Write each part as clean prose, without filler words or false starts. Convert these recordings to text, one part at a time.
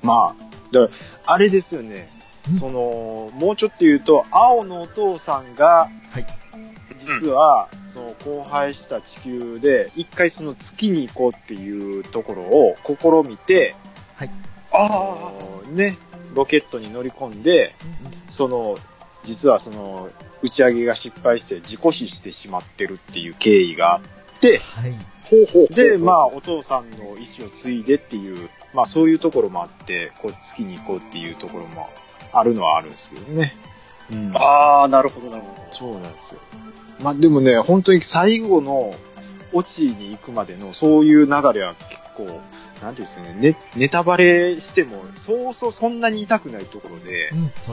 まあ、あれですよね。もうちょっと言うと、青のお父さんが、 はい、 実は、荒廃した地球で、一回その月に行こうっていうところを試みて、 はい。 ね、ロケットに乗り込んで、実は打ち上げが失敗して事故死してしまってるっていう経緯があって、 はい。 で、まあ、お父さんの意思を継いでっていう、まあ、そういうところもあって、月に行こうっていうところもあるのはあるんですけどね。 うん、ああ、なるほど、なるほど。 そうなんですよ。まあ、でもね、本当に最後のオチに行くまでのそういう流れは結構、なんていうんですかね、ネタバレしても、そうそうそんなに痛くないところで、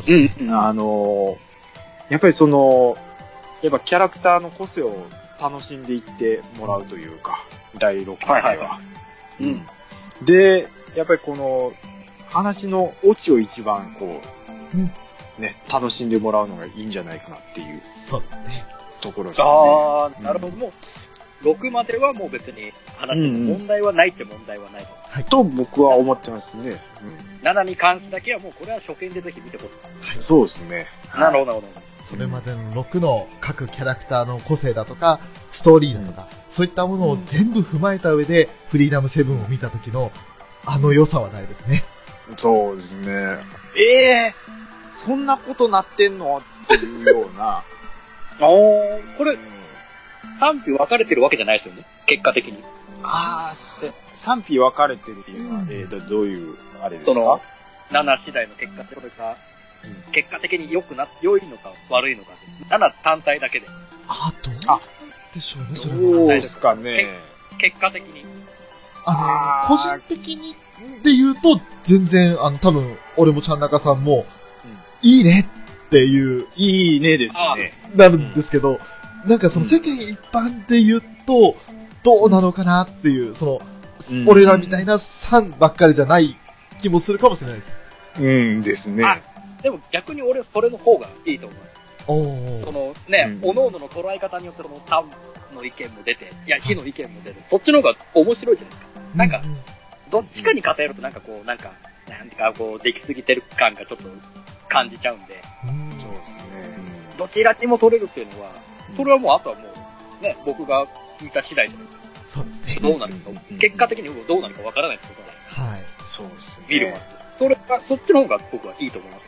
やっぱりやっぱキャラクターの個性を楽しんでいってもらうというか、第6回は。で、やっぱりこの話のオチを一番ね、楽しんでもらうのがいいんじゃないかなっていうところですね。 ああ、なるほど。もう、6まではもう別に話しても問題はないって問題はないと僕は思ってますね。 7に関してだけはもうこれは初見でぜひ見てほしい。 そうですね。 なるほど、なるほど。 それまでの6の各キャラクターの個性だとか、ストーリーだとか、そういったものを全部踏まえた上で、フリーダムセブンを見た時の、良さはないですね。 そうですね。そんなことなってんのっていうような。 これ、賛否分かれてるわけじゃないですよね、結果的に。 賛否分かれてるっていうのは、どういう、あれですか ？7次第の結果ってことが、結果的に良いのか悪いのか。7単体だけで。 どうでしょうね、それは。 どうですかね。 結果的に。 個人的にで言うと、全然、多分、俺もちゃんなかさんも、いいねっていう。 いいねですね。 なるんですけど、なんか世間一般で言うと、どうなのかなっていう、俺らみたいな3ばっかりじゃない気もするかもしれないです。 ですね。 でも逆に俺それの方がいいと思います。各々の捉え方によって3の意見も出て、非の意見も出る。そっちの方が面白いじゃないですか。なんか、どっちかに偏るとなんていうかできすぎてる感がちょっと感じちゃうんで。 そうですね。 どちらにも取れるっていうのは、それはもうあとはもう、ね、僕が見た次第じゃないですか。 そうですね。 どうなるか、結果的にどうなるかわからないってことは、 そうですね。 見るまで。そっちの方が僕はいいと思います。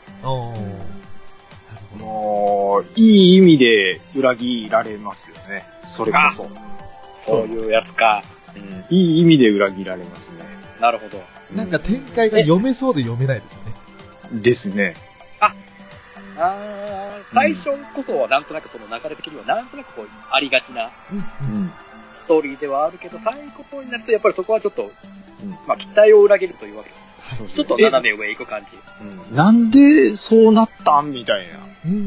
もう、いい意味で裏切られますよね。それこそ。 そういうやつか。 いい意味で裏切られますね。 なるほど。 なんか展開が読めそうで読めないですよね。 ですね。 最初こそはなんとなく流れ的にはなんとなくありがちなストーリーではあるけど、最後になるとやっぱりそこはちょっと、期待を裏切るというわけです。ちょっと斜め上行く感じ。 なんでそうなったんみたいな。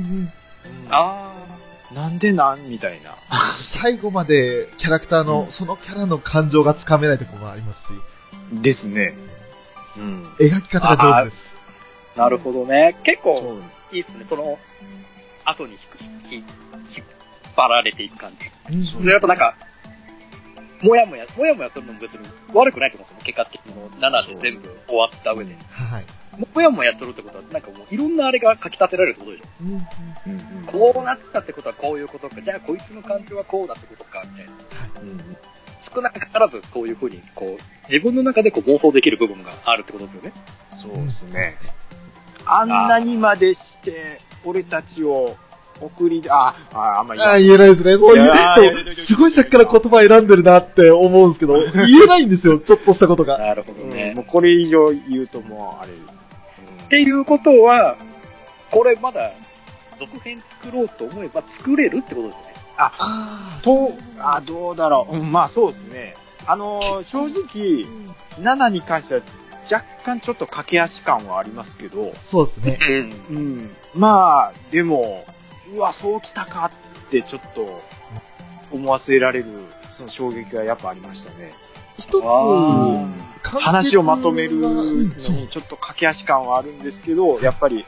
なんでみたいな。 最後までキャラクターの、そのキャラの感情がつかめないところもありますし。 ですね。 描き方が上手です。 なるほどね。結構いいっすね。後に引っ張られていく感じ。ずっとなんか、もやもやするのも別に悪くないと思うんですよ。結果的に7で全部終わった上で。もやもやするってことは、なんかもういろんなあれが書き立てられるってことでしょ。こうなったってことはこういうことか。じゃあこいつの感情はこうだってことか、みたいな。少なからずこういうふうに、自分の中で妄想できる部分があるってことですよね。 そうですね。あんなにまでして、俺たちを送りで、あんまり言えないですね。すごいさっきから言葉選んでるなって思うんですけど、言えないんですよ、ちょっとしたことが。 なるほどね。 もうこれ以上言うともうあれです。 っていうことは、これまだ続編作ろうと思えば作れるってことですよね。 どうだろう。まあそうですね。正直、7に関しては若干ちょっと駆け足感はありますけど。 そうですね。 まあ、でも、そうきたかってちょっと思わせられる、その衝撃がやっぱありましたね。 一つ、 話をまとめるのにちょっと駆け足感はあるんですけど、やっぱり、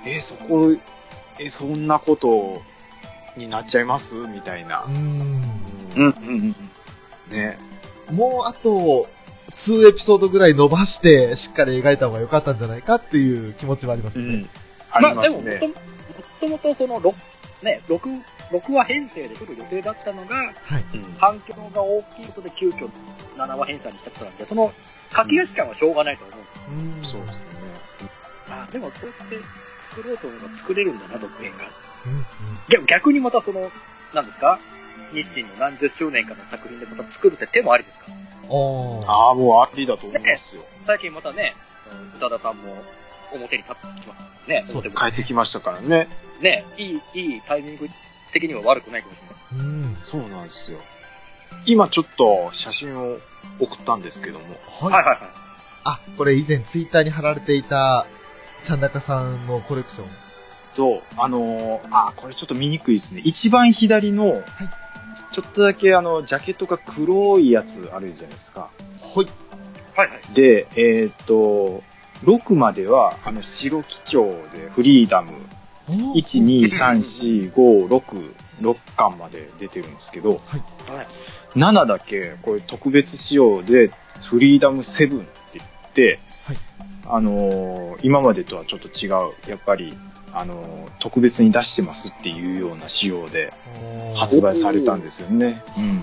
そんなことになっちゃいますみたいな。 ね。もうあと、 2エピソードぐらい伸ばして、しっかり描いた方が良かったんじゃないかっていう気持ちはありますね。 うん。ありますね。 でも、もともとその6話編成で来る予定だったのが、はい、反響が大きいことで急遽7話編成にしたことなんで、その駆け足感はしょうがないと思うんですよ。 そうですよね。 でもそうやって作ろうと思えば作れるんだな、続編が。逆にまたその、なんですか、日清の何十周年かの作品でまた作るって手もありですか？ ああ、もうありだと思いますよ。 最近またね、宇多田さんも表に立ってきましたね。 そう、帰ってきましたからね。 ね、いいタイミング的には悪くないかもしれない。 そうなんですよ。今ちょっと写真を送ったんですけども。 はい。 あ、これ以前ツイッターに貼られていた、ちゃんなかさんのコレクション。 と、これちょっと見にくいですね。一番左の、ちょっとだけジャケットが黒いやつあるじゃないですか。 はい。 で、6までは、白基調でフリーダム、1、2、3、4、5、6巻まで出てるんですけど、7だけ、これ特別仕様で、フリーダム7って言って、今までとはちょっと違う、やっぱり、特別に出してますっていうような仕様で発売されたんですよね。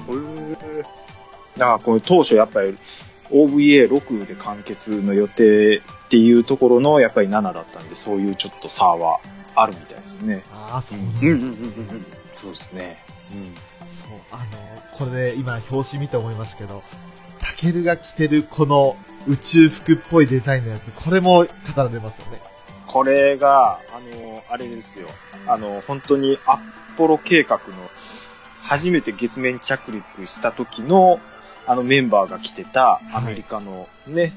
だからこれ当初やっぱり OVA6 で完結の予定っていうところのやっぱり7だったんで、そういうちょっと差はあるみたいですね。そうですね。 そう、これで今表紙見て思いましたけど、タケルが着てるこの宇宙服っぽいデザインのやつ、これも語られますよね。 これが、あれですよ。本当にアポロ計画の初めて月面着陸した時の、メンバーが着てたアメリカのね、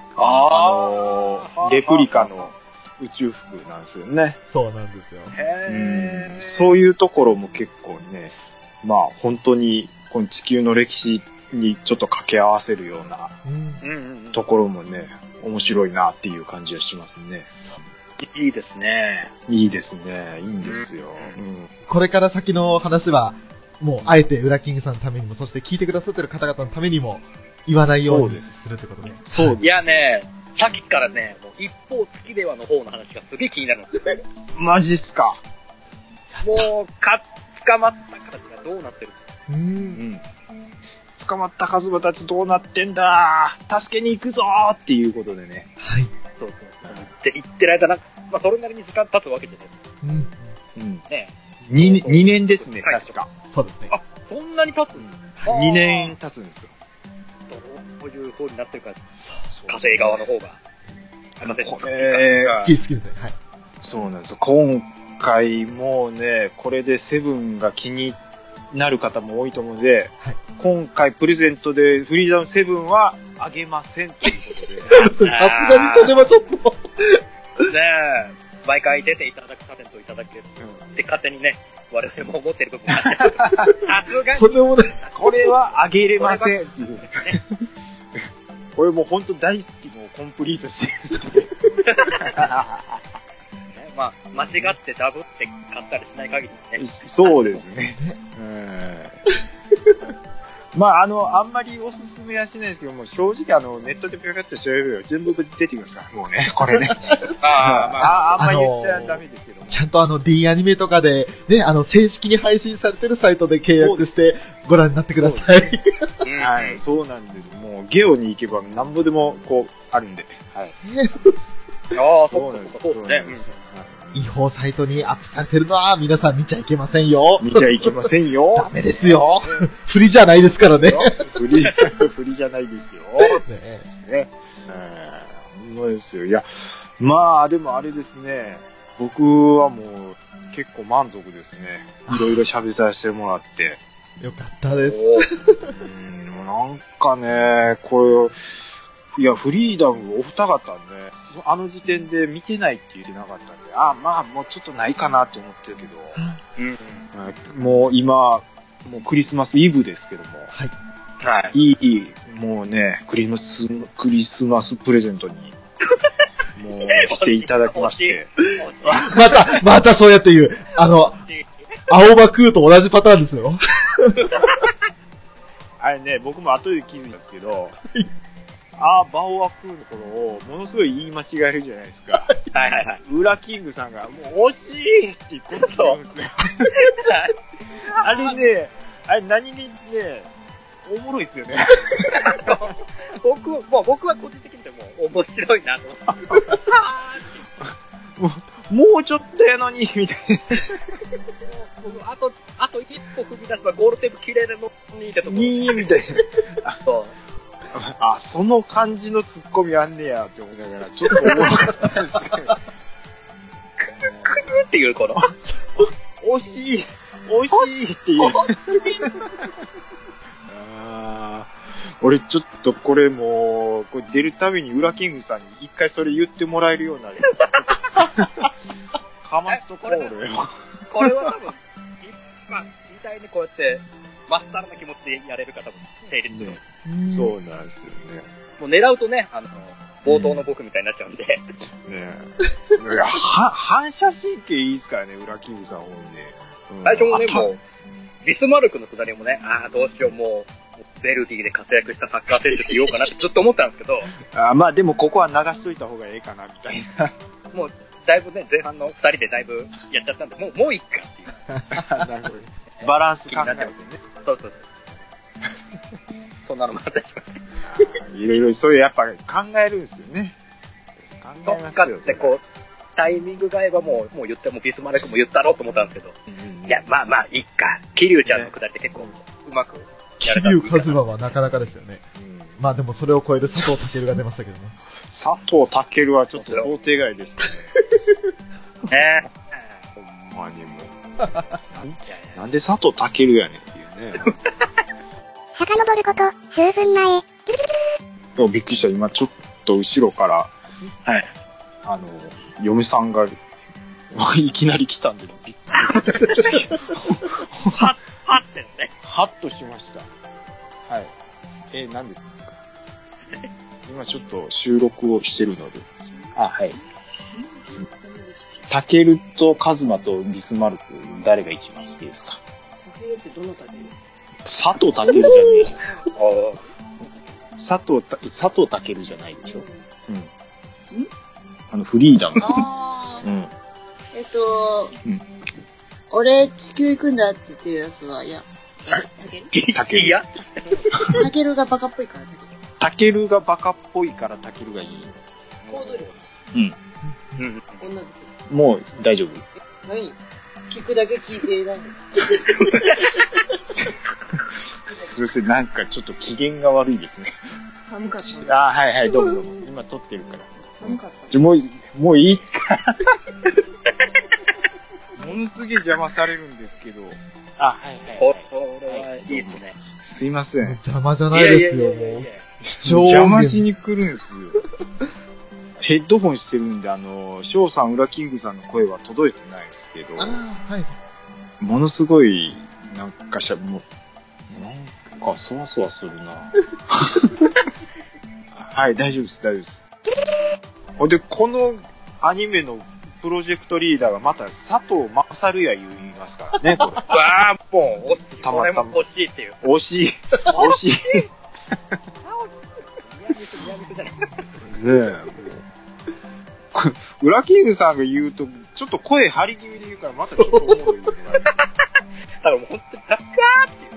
レプリカの宇宙服なんですよね。 そうなんですよ。 そういうところも結構ね、まあ本当にこの地球の歴史にちょっと掛け合わせるようなところもね、面白いなっていう感じがしますね。 いいですね。 いいですね。いいんですよ。 これから先の話は、もうあえてウラキングさんのためにも、そして聞いてくださってる方々のためにも言わないようにするってことで。 そうです。 いやね、さっきからね、もう一方月ではの方の話がすげえ気になるんですよ。 マジっすか。 もう、捕まった形がどうなってる？ 捕まったカズマたちどうなってんだ、助けに行くぞーっていうことでね。 はい。 そう。言ってる間なんか、まあそれなりに時間経つわけじゃないですか。ね。 2年ですね、確か。 そうですね。 あ、そんなに経つんですか ？2年経つんですよ。 どういう風になってるか、火星側の方が。 好きですね。はい。 そうなんです。今回もね、これでセブンが気になる方も多いと思うので、今回プレゼントでフリーダムセブンはあげませんということで。 さすがにそれはちょっと。 ねえ、毎回出ていただくタレントいただけるって勝手にね、我々も思ってる部分があって、さすがにこれはあげれませんっていう。これもう本当大好きのコンプリートしてるんで。 まあ、間違ってダブって買ったりしない限りね。 そうですね。まあ、あんまりおすすめはしないですけども、正直ネットでぴょぴょっと調べれば全部出てきますから、もうね、これね。あんまり言っちゃダメですけども。 ちゃんとD アニメとかで、ね、正式に配信されてるサイトで契約してご覧になってください。 はい、そうなんです。もう、ゲオに行けばなんぼでも、こう、あるんで。はい。 そうなんです。そうね。 違法サイトにアップされてるのは皆さん見ちゃいけませんよ。 見ちゃいけませんよ。 ダメですよ。振りじゃないですからね。 振りじゃないですよ。ね。ですね。そうですよ。いや、まあ、でもあれですね。僕はもう結構満足ですね。いろいろ喋らせてもらって。 よかったです。 なんかね、これ、いや、フリーダムお二方ね、あの時点で見てないって言ってなかったんで、まあ、もうちょっとないかなって思ってるけど、もう今、もうクリスマスイブですけども、いい、もうね、クリスマスプレゼントに、もうしていただきまして。 またそうやって言う、青葉クーと同じパターンですよ。 あれね、僕も後で気づいたんですけど、 バオワクーの頃を、ものすごい言い間違えるじゃないですか。 はいはいはい。 ウラキングさんが、もう惜しいって言ってくるんですよ。あれね、何気にね、おもろいっすよね。 僕は個人的にでも面白いなと思って。 もうちょっとやのに、みたいな。 あと一歩踏み出せばゴールテープ切れるのにってところ。 みたいな。 そう。 その感じのツッコミあんねやって思いながら、ちょっとおもろかったですね。 クニっていうこの。 惜しいっていう。俺ちょっとこれもう、これ出るたびにウラキングさんに一回それ言ってもらえるような。かましとこう俺よ。 これは多分、引退にこうやって、まっさらな気持ちでやれるか多分、成立する、 ね。そうなんですよね。 もう狙うとね、冒頭の僕みたいになっちゃうんで。 ね反射神経いいですからね、ウラキングさんほんで。 最初もね、もう、ビスマルクのくだりもね、どうしよう、もう、ベルディで活躍したサッカー選手って言おうかなってずっと思ったんですけど。 まあでもここは流しといた方がええかな、みたいな。 もう、だいぶね、前半の2人でだいぶやっちゃったんで、もういいかっていう。 なるほど。バランス考えてね。 そう。そんなのもあったりしました。 いろいろそういうやっぱ考えるんですよね。 考えますよ。で、こう、タイミングが合えばもう言ってもビスマルクも言ったろうと思ったんですけど。いや、まあ、いいか。桐生ちゃんのくだりって結構うまくやれた。 桐生一馬はなかなかですよね。まあでもそれを超える佐藤健が出ましたけどね。 佐藤健はちょっと想定外でしたね。ほんまにもう。なんで佐藤健やねんっていうね。 遡ること数分前。 びっくりした。今ちょっと後ろから、 はい。 嫁さんが、いきなり来たんで、びっくりした。 はってね。 はっとしました。はい。何ですか今ちょっと収録をしてるので。はい。タケルとカズマとビスマルク、誰が一番好きですか？ タケルってどのタケル？ 佐藤健じゃねえ。佐藤健じゃないでしょ。フリーダム。 俺地球行くんだって言ってるやつは、いや、 タケルいやタケルがバカっぽいからタケルがバカっぽいからタケルがいい。 行動力。女好き。 もう大丈夫。 何？聞くだけ聞いてない。 すいません、なんかちょっと機嫌が悪いですね。 寒かった。 はい、どうも。今撮ってるから。 寒かった。 もういいか。ものすげえ邪魔されるんですけど。はい。 これはいいっすね。 すいません。 邪魔じゃないですよ、もう。貴重邪魔しに来るんですよ。ヘッドホンしてるんで、翔さん、ウラキングさんの声は届いてないですけど。 はい。 ものすごい、なんかそわそわするな。はい、大丈夫です。で、このアニメのプロジェクトリーダーがまた佐藤勝也言いますからね、これ。 もう、これも欲しいっていう。 惜しい。 ニアミスじゃない。 ねえ。ウラキングさんが言うと、ちょっと声張り気味で言うから、またちょっとおもろいよね。 だからもう本当に、ダッカーっていう。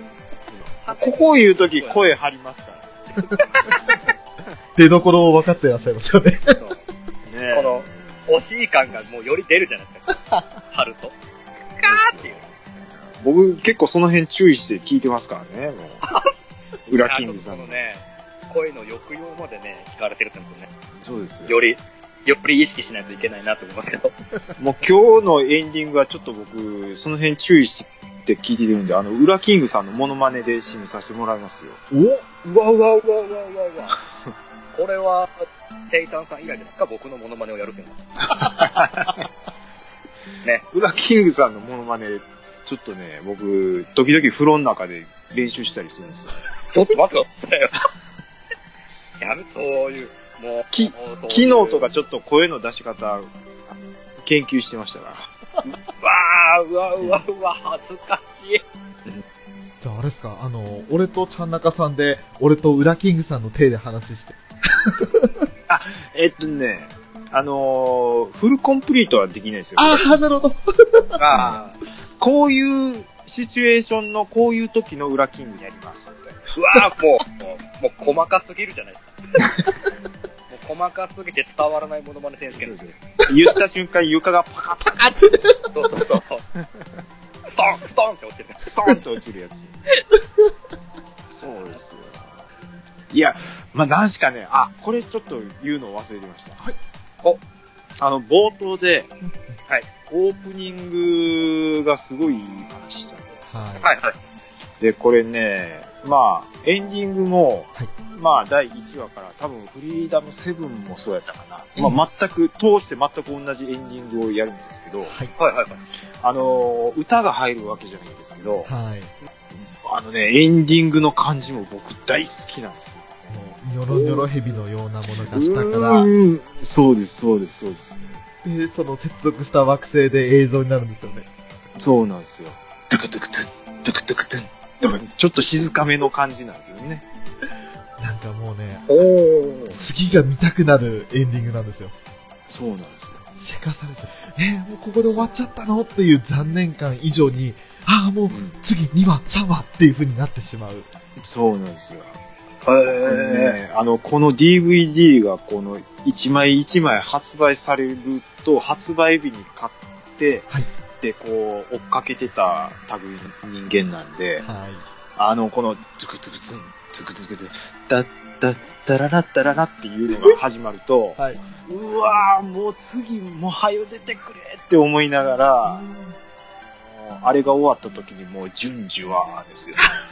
ここを言うとき声張りますから。 出所を分かってらっしゃいますよね。 この、惜しい感がもうより出るじゃないですか。張ると。カーっていう。 僕結構その辺注意して聞いてますからね、もう。ウラキングさんのね、声の抑揚までね、聞かれてるってことね。 そうですよ。 より意識しないといけないなと思いますけど。 もう今日のエンディングはちょっと僕、その辺注意して聞いてるんで、ウラキングさんのモノマネで締めさせてもらいますよ。 うわ。これは、テイタンさん以来じゃないですか、僕のモノマネをやるっていうのは。ね。 ウラキングさんのモノマネ、ちょっとね、僕、時々風呂の中で練習したりするんですよ。 ちょっと待ってくださいよ。そういう、もう。 昨日とかちょっと声の出し方、研究してましたから。 うわ、恥ずかしい。 じゃああれですか、俺とちゃんなかさんで、俺とウラキングさんの手で話して。 フルコンプリートはできないですよ。 ああ、なるほど。 こういうシチュエーションのこういう時の裏キングやりますみたいな。 うわぁ、もう細かすぎるじゃないですか。もう細かすぎて伝わらないモノマネ選手権です。 言った瞬間床がパカッパカッって。 そう。ストンストンって落ちる。 ストンって落ちるやつ。そうですよ。いや、まあ、なんしかね、これちょっと言うのを忘れてました。はい。冒頭で、はい。オープニングがすごいいい話したんです。はい。で、これね、まあ、エンディングも、はい、まあ、第1話から多分フリーダム7もそうやったかな。まあ、通して全く同じエンディングをやるんですけど、はい。歌が入るわけじゃないんですけど、はい。エンディングの感じも僕大好きなんですよ。 ニョロニョロヘビのようなものがしたから。 そうです。 で、その接続した惑星で映像になるんですよね。 そうなんですよ。トゥクトゥクトゥン、トゥクトゥクトゥンとか、ちょっと静かめの感じなんですよね。 なんかもうね、次が見たくなるエンディングなんですよ。 そうなんですよ。 せかされちゃう。もうここで終わっちゃったのっていう残念感以上に、もう次2話、3話っていう風になってしまう。 そうなんですよ。この DVD がこの一枚一枚発売されると、発売日に買って、はい、で、こう、追っかけてた類人間なんで、はい、この、ツクツクツン、ツクツクツン、ダッダッダララッダララっていうのが始まると、はい、うわー、もう次、もう早出てくれって思いながら、あれが終わった時にもう順次はですよ。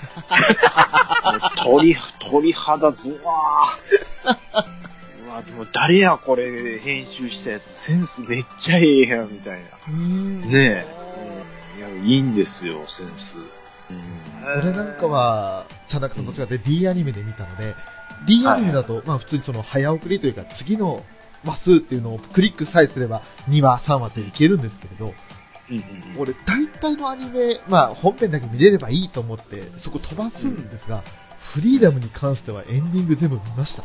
鳥肌ズワー。うわ、でも誰やこれ編集したやつ、センスめっちゃええやんみたいな。ねえ。いや、いいんですよ、センス。 俺なんかは、チャナカさんと違って D アニメで見たので、D アニメだと、まあ普通にその早送りというか次の話数っていうのをクリックさえすれば2話、3話っていけるんですけれど、俺大体のアニメ、まあ本編だけ見れればいいと思ってそこ飛ばすんですが、フリーダムに関してはエンディング全部見ました。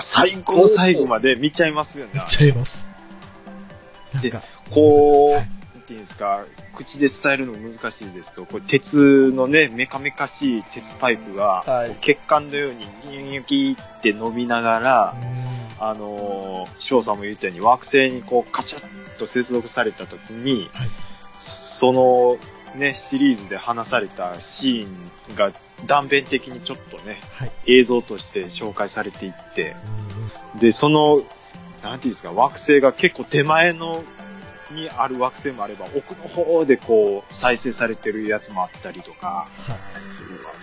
最後の最後まで見ちゃいますよね。 見ちゃいます。 で、こう、なんていうんですか、口で伝えるの難しいですけど、これ鉄のね、メカメカしい鉄パイプが、血管のようにギュギュギュって伸びながら、翔さんも言ったように惑星にこうカチャッと接続された時に、はい、そのね、シリーズで話されたシーンが断片的にちょっとね、はい、映像として紹介されていって、で、その、なんていうんですか、惑星が結構手前のにある惑星もあれば、奥の方でこう、再生されてるやつもあったりとか、はい、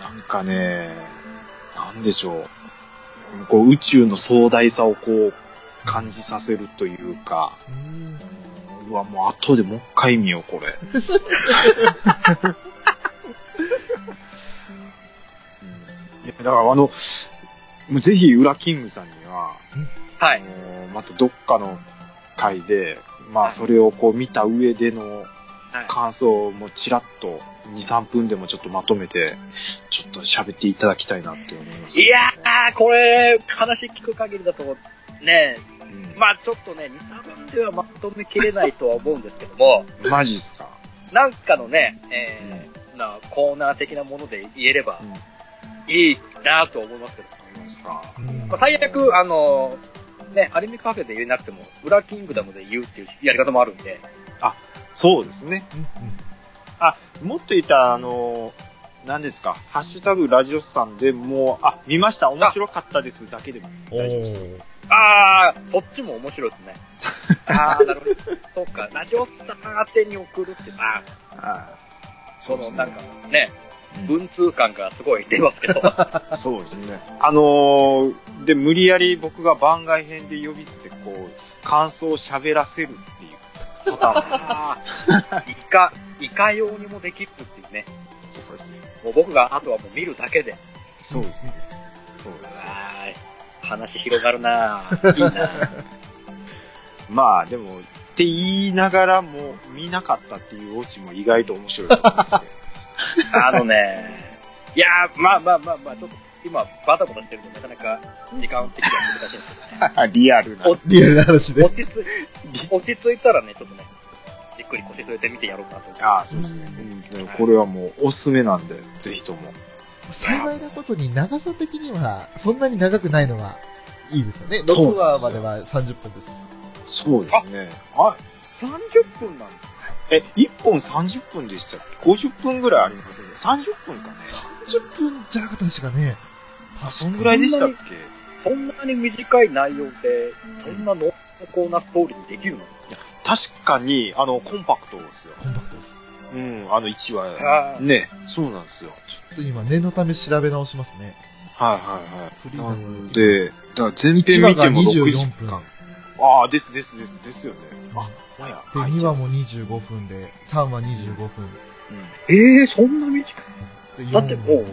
なんかね、なんでしょう。こう宇宙の壮大さをこう感じさせるというか、うわ、もう後でもう一回見よう、これ。だからぜひ、ウラキングさんには、はい。またどっかの回で、まあ、それをこう見た上での感想もちらっと2、3分でもちょっとまとめて、ちょっと喋っていただきたいなって思います、ね。 いやー、これ、話聞く限りだと、ね、まあちょっとね、2、3分ではまとめきれないとは思うんですけども。 マジっすか？ なんかのね、コーナー的なもので言えれば、いいなと思いますけど。まあ、最悪、ね、アニメカフェで言えなくても、ウラキングダムで言うっていうやり方もあるんで。 そうですね。もっと言ったら、何ですか、ハッシュタグラジオスさんでもう、見ました、面白かったですだけでも大丈夫ですよ。 そっちも面白いですね。なるほど。そうか、ラジオスさん宛てに送るって、そうですね。なんかね、文通感がすごい出ますけど。 そうですね。で、無理やり僕が番外編で呼びつけて、こう、感想を喋らせるっていうパターンなんですよ。 いかようにもできるっていうね。 そうですね。 もう僕があとはもう見るだけで。 そうですね。そうです。 話広がるなぁ。いいなぁ。 まあでも、って言いながらも見なかったっていうオチも意外と面白いと思いますね。 いやー、まあ、ちょっと今、バタバタしてるとなかなか時間的には難しいんですけどね。 リアルな話で。 落ち着いたらね、ちょっとね、じっくり腰据えてみてやろうかなと思って。 ああ、そうですね。これはもうおすすめなんで、ぜひとも。 幸いなことに長さ的には、そんなに長くないのはいいですよね。6話までは30分です。 そうですね。あ、 30分なんです 1本30分でしたっけ ?50 分ぐらいありますね。30分かね。 30分じゃなかったでしたかね。 そんぐらいでしたっけ？ そんなに短い内容で、そんな濃厚なストーリーにできるの？いや、確かに、コンパクトですよ。 コンパクトです。 うん、1話。ね、そうなんですよ。 ちょっと今、念のため調べ直しますね。 はい。なので、だから前編見ても6時間。ああ、ですよね。 で、2話も25分で、3話25分。 そんな短い？だってもう、 5も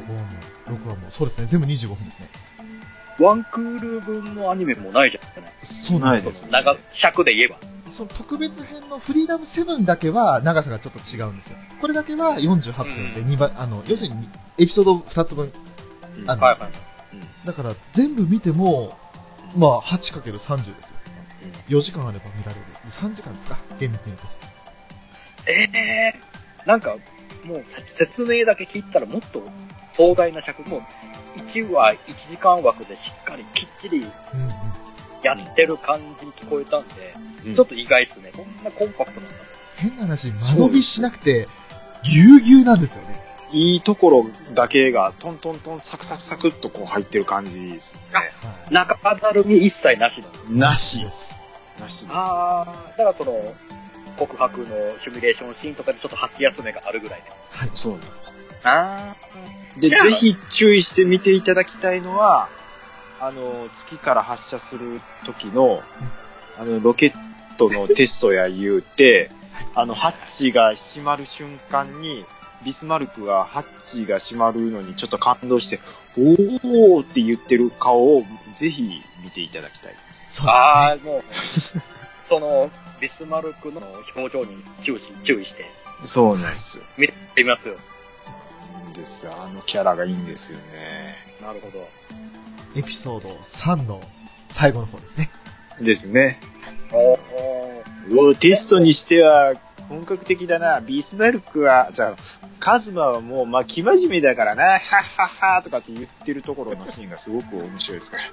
6話も、そうですね、全部25分ですね。 ワンクール分のアニメもないじゃん。 そうなんです。 尺で言えば。 その特別編のフリーダム7だけは長さがちょっと違うんですよ。これだけは48分で2倍、要するにエピソード2つ分あるんですよ。だから全部見ても、まあ 8×30 ですよ。4時間あれば見られる。3時間ですか？厳密に言うと。なんか、もう説明だけ聞いたらもっと壮大な尺、もう1話1時間枠でしっかりきっちりやってる感じに聞こえたんで、ちょっと意外ですね。こんなコンパクトなんだ。 変な話、間延びしなくて、ぎゅうぎゅうなんですよね。 いいところだけがトントントンサクサクサクっとこう入ってる感じですね。 中だるみ一切なしの。 なしです。だからその、告白のシミュレーションシーンとかでちょっと箸休めがあるぐらいで。 はい、そうなんです。で、ぜひ注意して見ていただきたいのは、月から発射する時の、ロケットのテストや言うて、ハッチが閉まる瞬間に、ビスマルクがハッチが閉まるのにちょっと感動して、おーって言ってる顔をぜひ見ていただきたい。 もう、その、ビスマルクの表情に注意して。 そうなんですよ。 見てみますよ。 ですよ。キャラがいいんですよね。 なるほど。 エピソード3の最後の方ですね。 ですね。テストにしては本格的だな。ビスマルクは、カズマはもう、生真面目だからな。はっはっはとかって言ってるところのシーンがすごく面白いですから。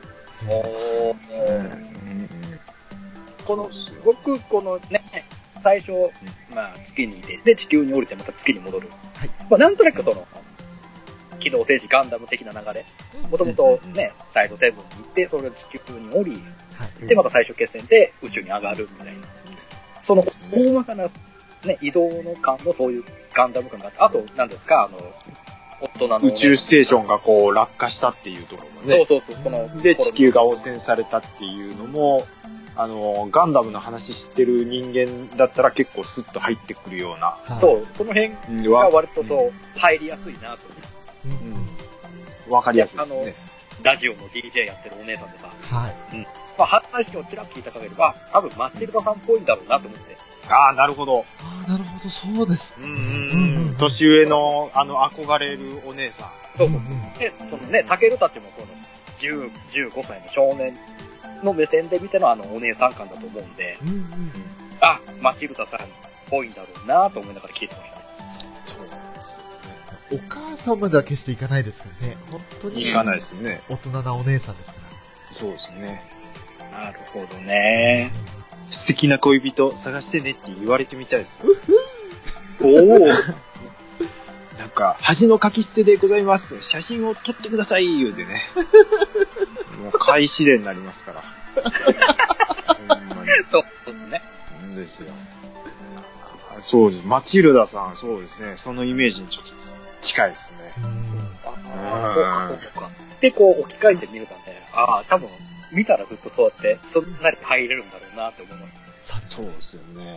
僕、ね、最初、月にいて、で、地球に降りてまた月に戻る。なんとなく機動戦士ガンダム的な流れ。もともとね、サイドテーブルに行って、それが地球に降り、で、また最終決戦で宇宙に上がるみたいな。その、大まかな、ね、移動の感もそういうガンダム感があって、あと、何ですか、大人の、 宇宙ステーションがこう落下したっていうところもね。 そうで、地球が汚染されたっていうのも、ガンダムの話知ってる人間だったら結構スッと入ってくるような。 そう、その辺が割と入りやすいなと。 わかりやすいですね。 ラジオの DJ やってるお姉さんでさ。話をちらっと聞いた限りは、多分マチルダさんっぽいんだろうなと思って。 なるほど。 なるほど、そうです。 年上の、憧れるお姉さん。 そう。で、タケルたちも15歳の少年の目線で見てのお姉さん感だと思うんで、マチルダさんっぽいんだろうなと思いながら聞いてましたね。 そうなんですよね。お母さんまでは決していかないですからね。本当に。 いかないですね。 大人なお姉さんですから。そうですね。 なるほどね。 素敵な恋人探してねって言われてみたいですよ。なんか、恥のかき捨てでございます。写真を撮ってください言うてね。もう開始例になりますから。 そうですね。 ですよ。そうです。マチルダさん、そうですね。そのイメージにちょっと近いですね。 そうか。で、置き換えてみるとね、多分、見たらずっとそうやって、そんなに入れるんだろうなって思います。 そうですよね。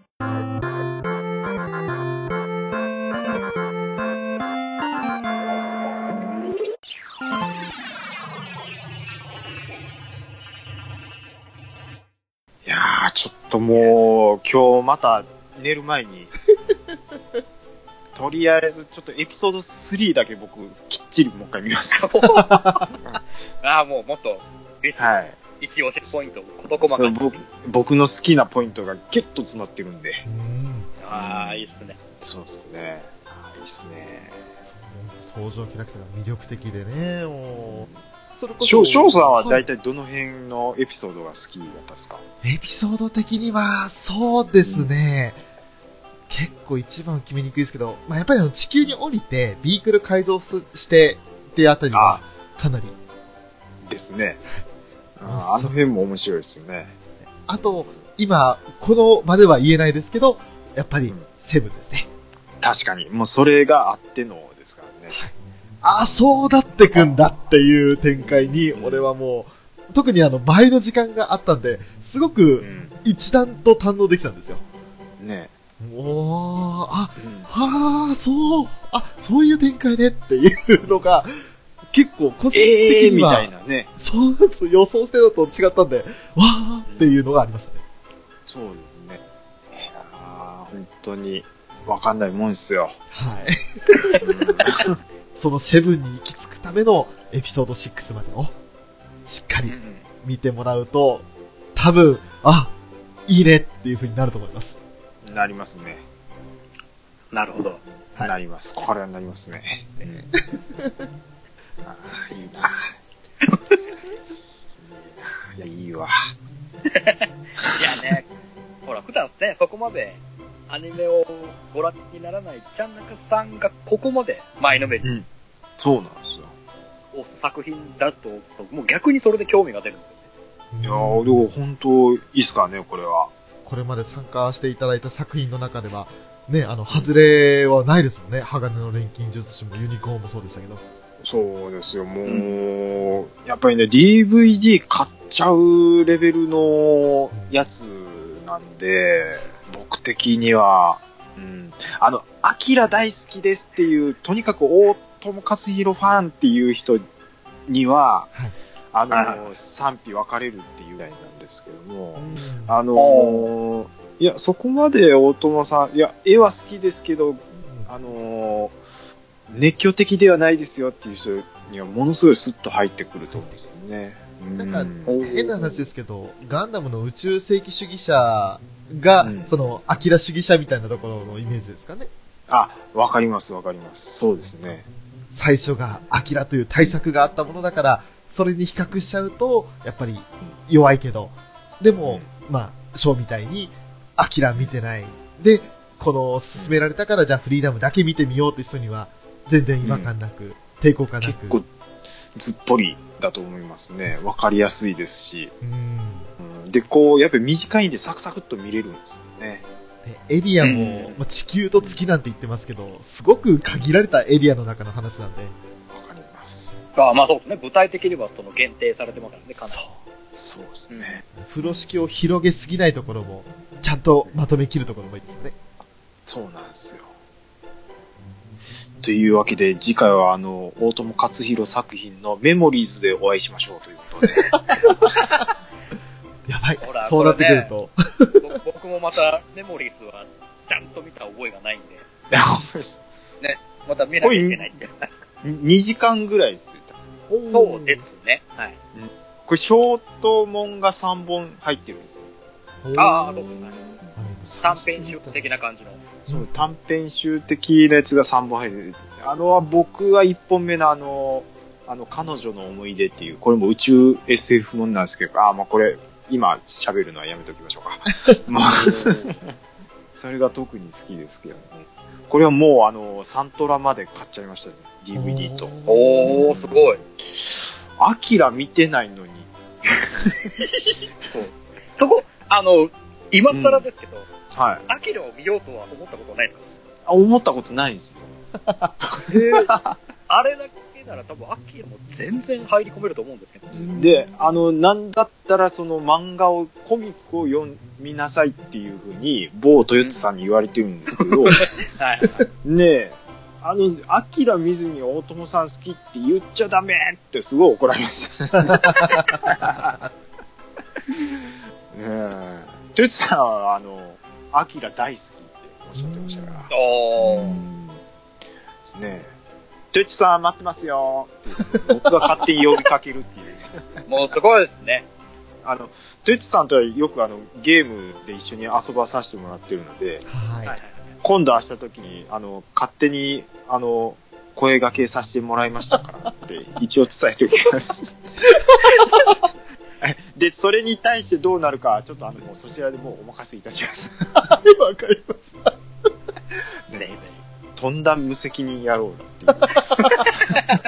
いやー、ちょっともう、今日また寝る前に、 とりあえずちょっとエピソード3だけ僕きっちりもう一回見ます。 ああ、もうもっとベスト、 はい、 一押しポイントを事細かに。 僕の好きなポイントがギュッと詰まってるんで。 ああ、いいっすね。 そうですね。いいっすね。 登場キャラクターが魅力的でね、もう。 それこそ。翔さんは大体どの辺のエピソードが好きだったんですか？ エピソード的には、そうですね。結構一番決めにくいですけど、まあ、やっぱり地球に降りて、ビークル改造してっていうあたりは、かなり。 ですね。あの辺も面白いですね。 あと、今、この場では言えないですけど、やっぱり、セブンですね。 確かに。もうそれがあってのですからね。 はい、そうなってくんだっていう展開に、俺はもう、特に倍の時間があったんで、すごく、一段と堪能できたんですよ。 ね。 そういう展開ねっていうのが、結構個人的には、 みたいなね。 そうです。予想してたと違ったんで、わーっていうのがありましたね。 そうですね。本当に、わかんないもんですよ。 はい。そのセブンに行き着くためのエピソード6までを、しっかり見てもらうと、多分、いいねっていう風になると思います。 なりますね。 なるほど。 はい、なります。これはなりますね。いいな。いや、いいわ。 いやね、ほら、普段ね、そこまでアニメをご覧にならないちゃんなかさんがここまで前のめり、 そうなんですよ。 作品だと、もう逆にそれで興味が出るんですよね。 いやー、でも本当いいっすかね、これは。 これまで参加していただいた作品の中では、ね、外れはないですもんね。鋼の錬金術師もユニコーンもそうでしたけど。 そうですよ、もう、やっぱりね、DVD 買っちゃうレベルのやつなんで、僕的には、アキラ大好きですっていう、とにかく大友克洋ファンっていう人には、賛否分かれるっていうぐらいなんですけども、いや、そこまで大友さん、いや、絵は好きですけど、熱狂的ではないですよっていう人にはものすごいスッと入ってくると思うんですよね。 なんか、変な話ですけど、ガンダムの宇宙世紀主義者が、アキラ主義者みたいなところのイメージですかね。 わかります、わかります。そうですね。 最初がアキラという大作があったものだから、それに比較しちゃうと、やっぱり弱いけど、でも、ショーみたいに、アキラ見てない。で、この勧められたから、じゃあフリーダムだけ見てみようって人には、全然違和感なく、抵抗感なく。 結構、ずっぽりだと思いますね。わかりやすいですし。で、やっぱり短いんでサクサクっと見れるんですよね。 エリアも、地球と月なんて言ってますけど、すごく限られたエリアの中の話なんで。 わかります。 そうですね。具体的には限定されてますからね、かなり。 そうですね。 風呂敷を広げすぎないところも、ちゃんとまとめきるところもいいですよね。 そうなんですよ。というわけで、次回は大友克洋作品のメモリーズでお会いしましょうということで。 やばい。そうなってくると。 僕もまたメモリーズはちゃんと見た覚えがないんで。ね、また見なきゃいけないんで。 2時間ぐらいですよ。 そうですね。はい。 これショートもんが3本入ってるんですよ。 そうですね。短編集的な感じの。 そう、短編集的なやつが3本入ってる。僕は1本目の彼女の思い出っていう、これも宇宙 SF もんなんですけど、これ、今喋るのはやめときましょうか。それが特に好きですけどね。これはもうサントラまで買っちゃいましたね。DVD と。 すごい。 アキラ見てないのに。 そう。今更ですけど、 はい。 アキラを見ようとは思ったことないですか？ 思ったことないんですよ。 あれだけなら多分アキラも全然入り込めると思うんですけど。 で、なんだったらその漫画を、コミックを読みなさいっていう風に、某トヨッツさんに言われてるんですけど、ねえ、アキラ見ずに大友さん好きって言っちゃダメってすごい怒られました。ねえ。トヨッツさんは、アキラ大好きっておっしゃってましたから。 ですね。トゥッチさん待ってますよって僕が勝手に呼びかけるっていう。 もうすごいですね。 トゥッチさんとはよくゲームで一緒に遊ばさせてもらってるので、 はい。 今度会した時に、勝手に、声掛けさせてもらいましたからって一応伝えておきます。で、それに対してどうなるか、ちょっともうそちらでもうお任せいたします。 はい、わかりました。 ね、とんだ無責任野郎だっていう。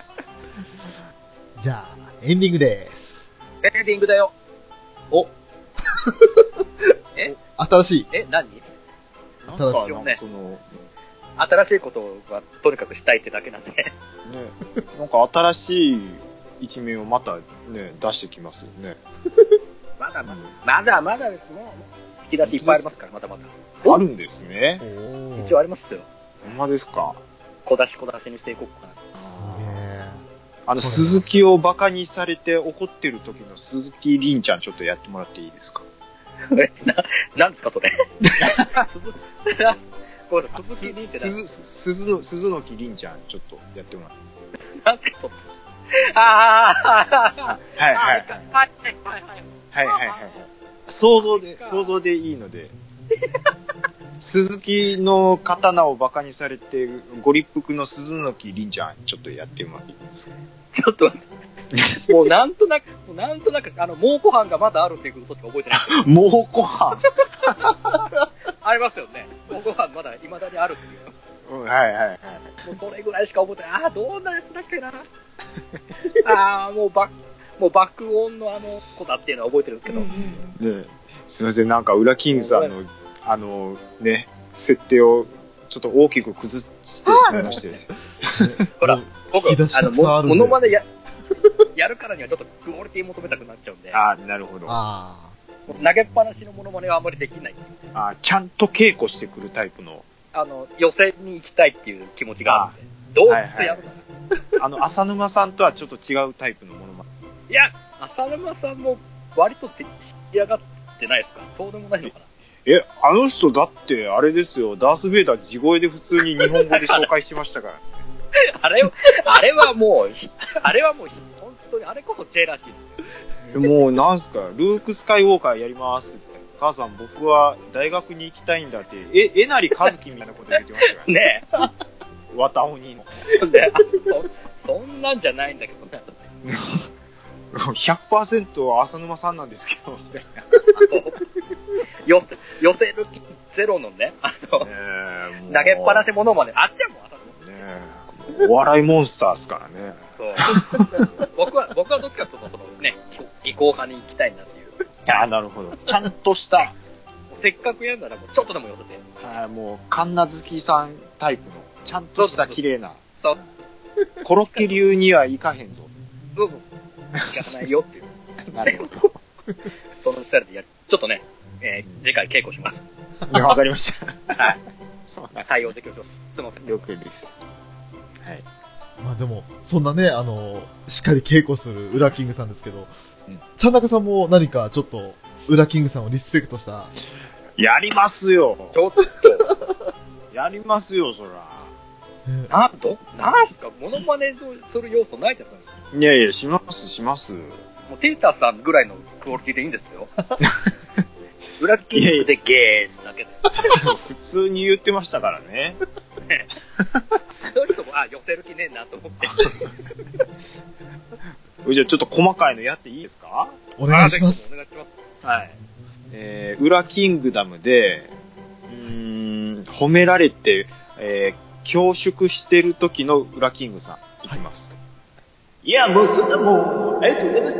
じゃあ、エンディングです。 エンディングだよ。 おえ新しい。 何なんか新しいことがとにかくしたいってだけなんで。ね、 なんか新しい一面をまたね、出してきますよね。 まだです。もう、引き出しいっぱいありますから、まだまだ。 あるんですね。 一応ありますよ。 ほんまですか。 小出しにしていこうかな。 鈴木をバカにされて怒ってる時の鈴木凛ちゃんちょっとやってもらっていいですか？ なんですかそれ。ごめんなさい、鈴木凛って鈴の木凛ちゃんちょっとやってもらって。 なんですかそれ。はい。 想像でいいので。鈴木の刀をバカにされてご立腹の鈴の木凛ちゃんちょっとやってもらっていいですか？ ちょっと待って。もうなんとなく、蒙古藩がまだあるっていうことしか覚えてない。 蒙古藩ありますよね。蒙古藩まだ未だにあるっていう。 はい。 もうそれぐらいしか覚えてない。どんなやつだっけな。もう爆音の子だっていうのは覚えてるんですけど。 ね、すいません、なんかウラキングさんのね、設定をちょっと大きく崩してしまいまして。 ほら、僕、モノマネやるからにはちょっとクオリティ求めたくなっちゃうんで。 なるほど。 投げっぱなしのモノマネはあんまりできない。 ちゃんと稽古してくるタイプの。 予選に行きたいっていう気持ちがあるんで。どうせやるなら。浅沼さんとはちょっと違うタイプのモノマネ。 いや、浅沼さんも割と仕上がってないですか？そうでもないのかな。 あの人だってあれですよ、ダース・ベイダー地声で普通に日本語で紹介してましたから。 あれはもう本当にあれこそジェラシーですよ。 もうなんすか、ルーク・スカイウォーカーやりますって。母さん僕は大学に行きたいんだって、えなりかずきみたいなこと言ってましたからね。 綿鬼の。 そんなんじゃないんだけどな。 100% 浅沼さんなんですけど、 寄せる気ゼロのね、投げっぱなしものまで、あっちゃんも浅沼さん。お笑いモンスターっすからね。 そう。僕はどっちかというと、ね、技巧派に行きたいなっていう。 なるほど。ちゃんとした。 せっかくやるならもうちょっとでも寄せて。 もう、カンナ好きさんタイプの、ちゃんとした綺麗な。 そう。 コロッケ流にはいかへんぞ。 そう。行かないよっていう。 なるほど。 そのスタイルでちょっとね、次回稽古します。 わかりました。はい。 対応できると。すいません。 了解です。はい。 まあでも、そんなね、しっかり稽古するウラキングさんですけど、ちゃんなかさんも何かちょっと、ウラキングさんをリスペクトした。 やりますよ。 ちょっと。 やりますよ、そら。 なんすか、モノマネする要素ないじゃないですか。 いや、します。 もうテータさんぐらいのクオリティでいいんですよ。ウラキングでゲースだけで。 普通に言ってましたからね。 そういう人も、寄せる気ねえなと思って。 じゃあちょっと細かいのやっていいですか？ お願いします。 お願いします。はい。 ウラキングダムで、褒められて、恐縮してる時のウラキングさん、いきます。いや、もうそんなもん、ありがとうございます。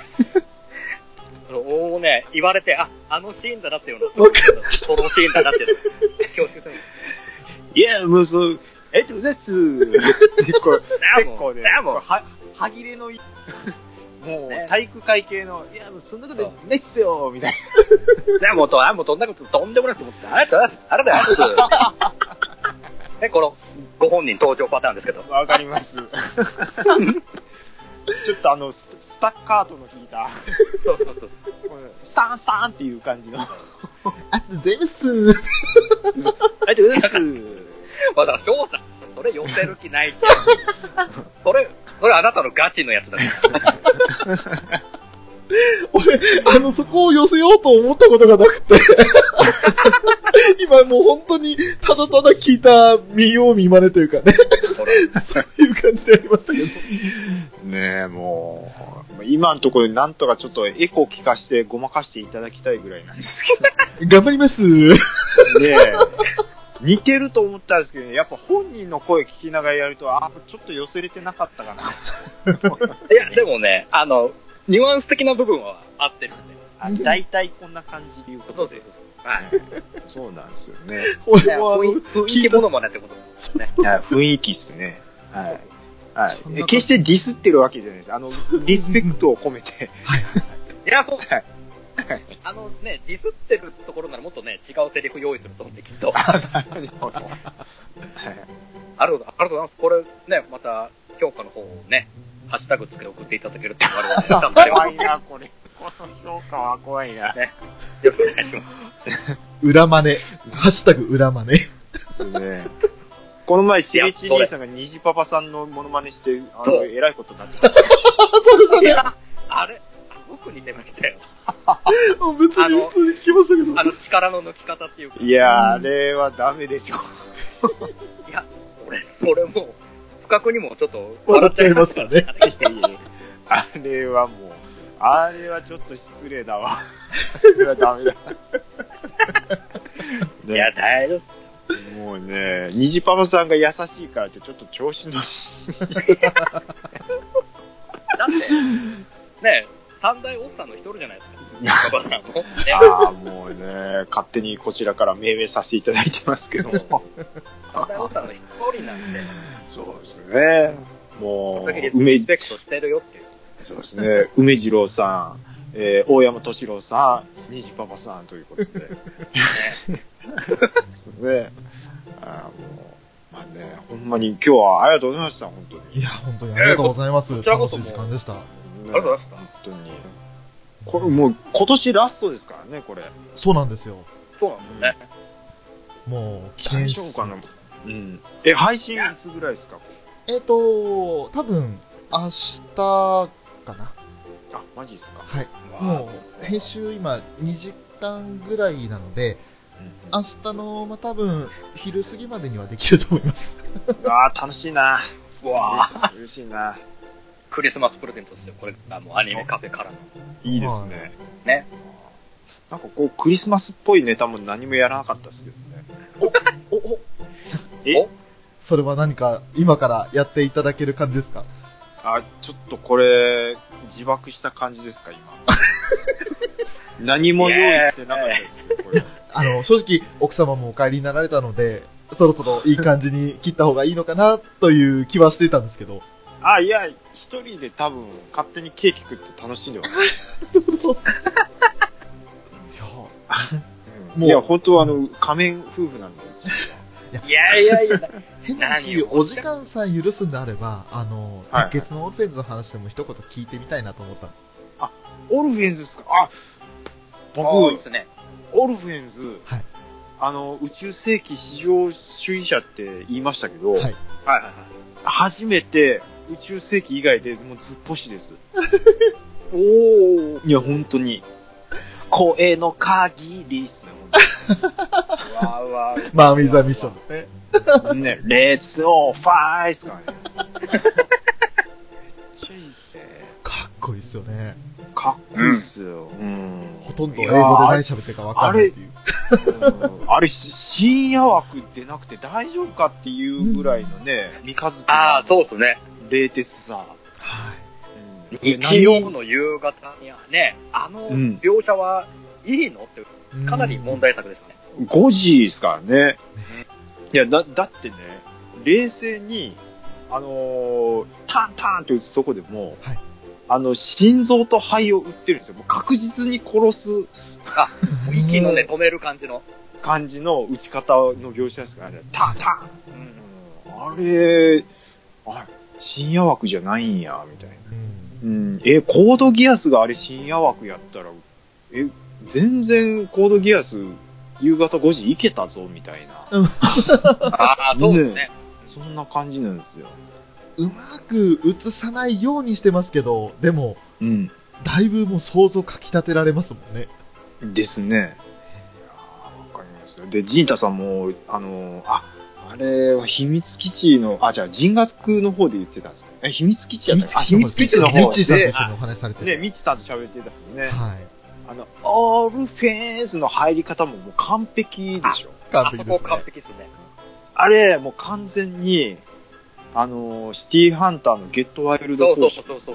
もうね、言われて、あのシーンだなっていうの、そのシーンだなっていうの、恐縮する。 いや、もうそう、ありがとうございます。結構ね、歯切れのいい、もう体育会系の、いや、もうそんなことないっすよ、みたいな。もうそんなこととんでもないっすよ。ありがとうございます。ありがとうございます。この、ご本人登場パターンですけど。 わかります。ちょっとスタッカートの効いた。 そう。 スターンっていう感じの。 ありがとうございます。 ありがとう丈夫です。 まだ、翔さん、それ寄せる気ないじゃん。それあなたのガチのやつだから。 俺、そこを寄せようと思ったことがなくて。今もう本当に、ただただ聞いた見よう見真似というかね。そういう感じでやりましたけど。 ねえ、もう、今のところなんとかちょっとエコー聞かしてごまかしていただきたいぐらいなんですけど。 頑張ります。 ねえ。似てると思ったんですけどね、やっぱ本人の声聞きながらやると、ちょっと寄せれてなかったかな。 いや、でもね、ニュアンス的な部分は合ってるんで。 大体こんな感じでいうことで。 そうです。はい。 そうなんですよね。 俺も雰囲気ものまねってことですね。 雰囲気っすね。はい。はい。決してディスってるわけじゃないです。リスペクトを込めて。 いや、そう。はい。ディスってるところならもっとね、違うセリフ用意すると思うんで、きっと。 なるほど。はい。 ありがとうございます。これね、また、評価の方をね、ハッシュタグつけて送っていただけると我々 怖いな、これ。この評価は怖いな。 ね。よろしくお願いします。 裏真似。ハッシュタグ裏真似。 ね、この前、しげち兄さんが虹パパさんのモノマネして、えらいことになってました。 そうですよね。 あれ僕似てましたよ。 別に普通に聞きましたけど。 力の抜き方っていうか。 いや、あれはダメでしょ。 いや、俺、それもう、不覚にもちょっと笑っちゃいましたね。 あれはもう、あれはちょっと失礼だわ。それはダメだ。 いや、大丈夫っす。 もうね、虹パパさんが優しいからってちょっと調子乗り。 だって、ね、三大おっさんの一人じゃないですか。パパさんも。 もうね、勝手にこちらから命名させていただいてますけども。 三大おっさんの一人なんで。 そうですね。もう、 リスペクトしてるよっていう。 そうですね。梅次郎さん、大山敏郎さん、虹パパさんということで。ですね。まあね、ほんまに今日はありがとうございました、本当に。 いや、本当にありがとうございます。楽しい時間でした。 ありがとうございました。 本当に。これもう今年ラストですからね、これ。 そうなんですよ。 そうなんですよね。 もう、 大丈夫かな。うん。配信いつぐらいですか？ 多分、明日かな。 マジですか？ はい。もう、編集今2時間ぐらいなので、明日の、多分、昼過ぎまでにはできると思います。 楽しいな。嬉しいな。 クリスマスプレゼントですよ。これがもうアニメカフェからの。 いいですね。 ね。 なんかこう、クリスマスっぽいネタも何もやらなかったですけどね。 それは何か今からやっていただける感じですか？ ちょっとこれ、自爆した感じですか、今。何も用意してなかったですよ、これ。 正直、奥様もお帰りになられたので、そろそろいい感じに切った方がいいのかな、という気はしていたんですけど。 いや、一人で多分、勝手にケーキ食って楽しんでます。いや、本当仮面夫婦なんだよ、 いや。 変な話、お時間さえ許すんであれば、鉄血のオルフェンズの話でも一言聞いてみたいなと思ったの。 オルフェンズですか？僕、 ですね。 オルフェンズ、宇宙世紀至上主義者って言いましたけど、初めて宇宙世紀以外でもうずっぽしです。いや、本当に。声の限りですね、 マーミーザミッションですね。ね、レッツオーファイですからね。めっちゃいいっすね。 かっこいいっすよね。 かっこいいっすよ。 ほとんど英語で何喋ってるか分かんないっていう。 あれ、深夜枠出なくて大丈夫かっていうぐらいのね、三日月のそうですね。 冷徹さ。 日曜の夕方にはね、描写はいいのって、かなり問題作ですね。 5時ですからね。いや、だってね、冷静に、タンタンって打つとこでも、心臓と肺を打ってるんですよ。もう確実に殺す。 息のね、止める感じの打ち方の描写ですからね。タンタン、あれ、深夜枠じゃないんや、みたいな。コードギアスがあれ深夜枠やったら、全然コードギアス夕方5時行けたぞ、みたいな。 ああ、そうですね。 そんな感じなんですよ。 うまく映さないようにしてますけど、でも、だいぶもう想像かき立てられますもんね。 ですね。いやわかりますよ。で、ジンタさんも、あれは秘密基地の、じゃあ、人学の方で言ってたんですよ。秘密基地やった秘密基地の方で。 ミッチーさんと一緒にお話しされてね、ミッチーさんと喋ってたんですよね。 はい。 オールフェンスの入り方ももう完璧でしょ。 完璧ですね。 あそこ完璧ですよね。 あれ、もう完全に、シティハンターのゲットワイルドコース。 そう。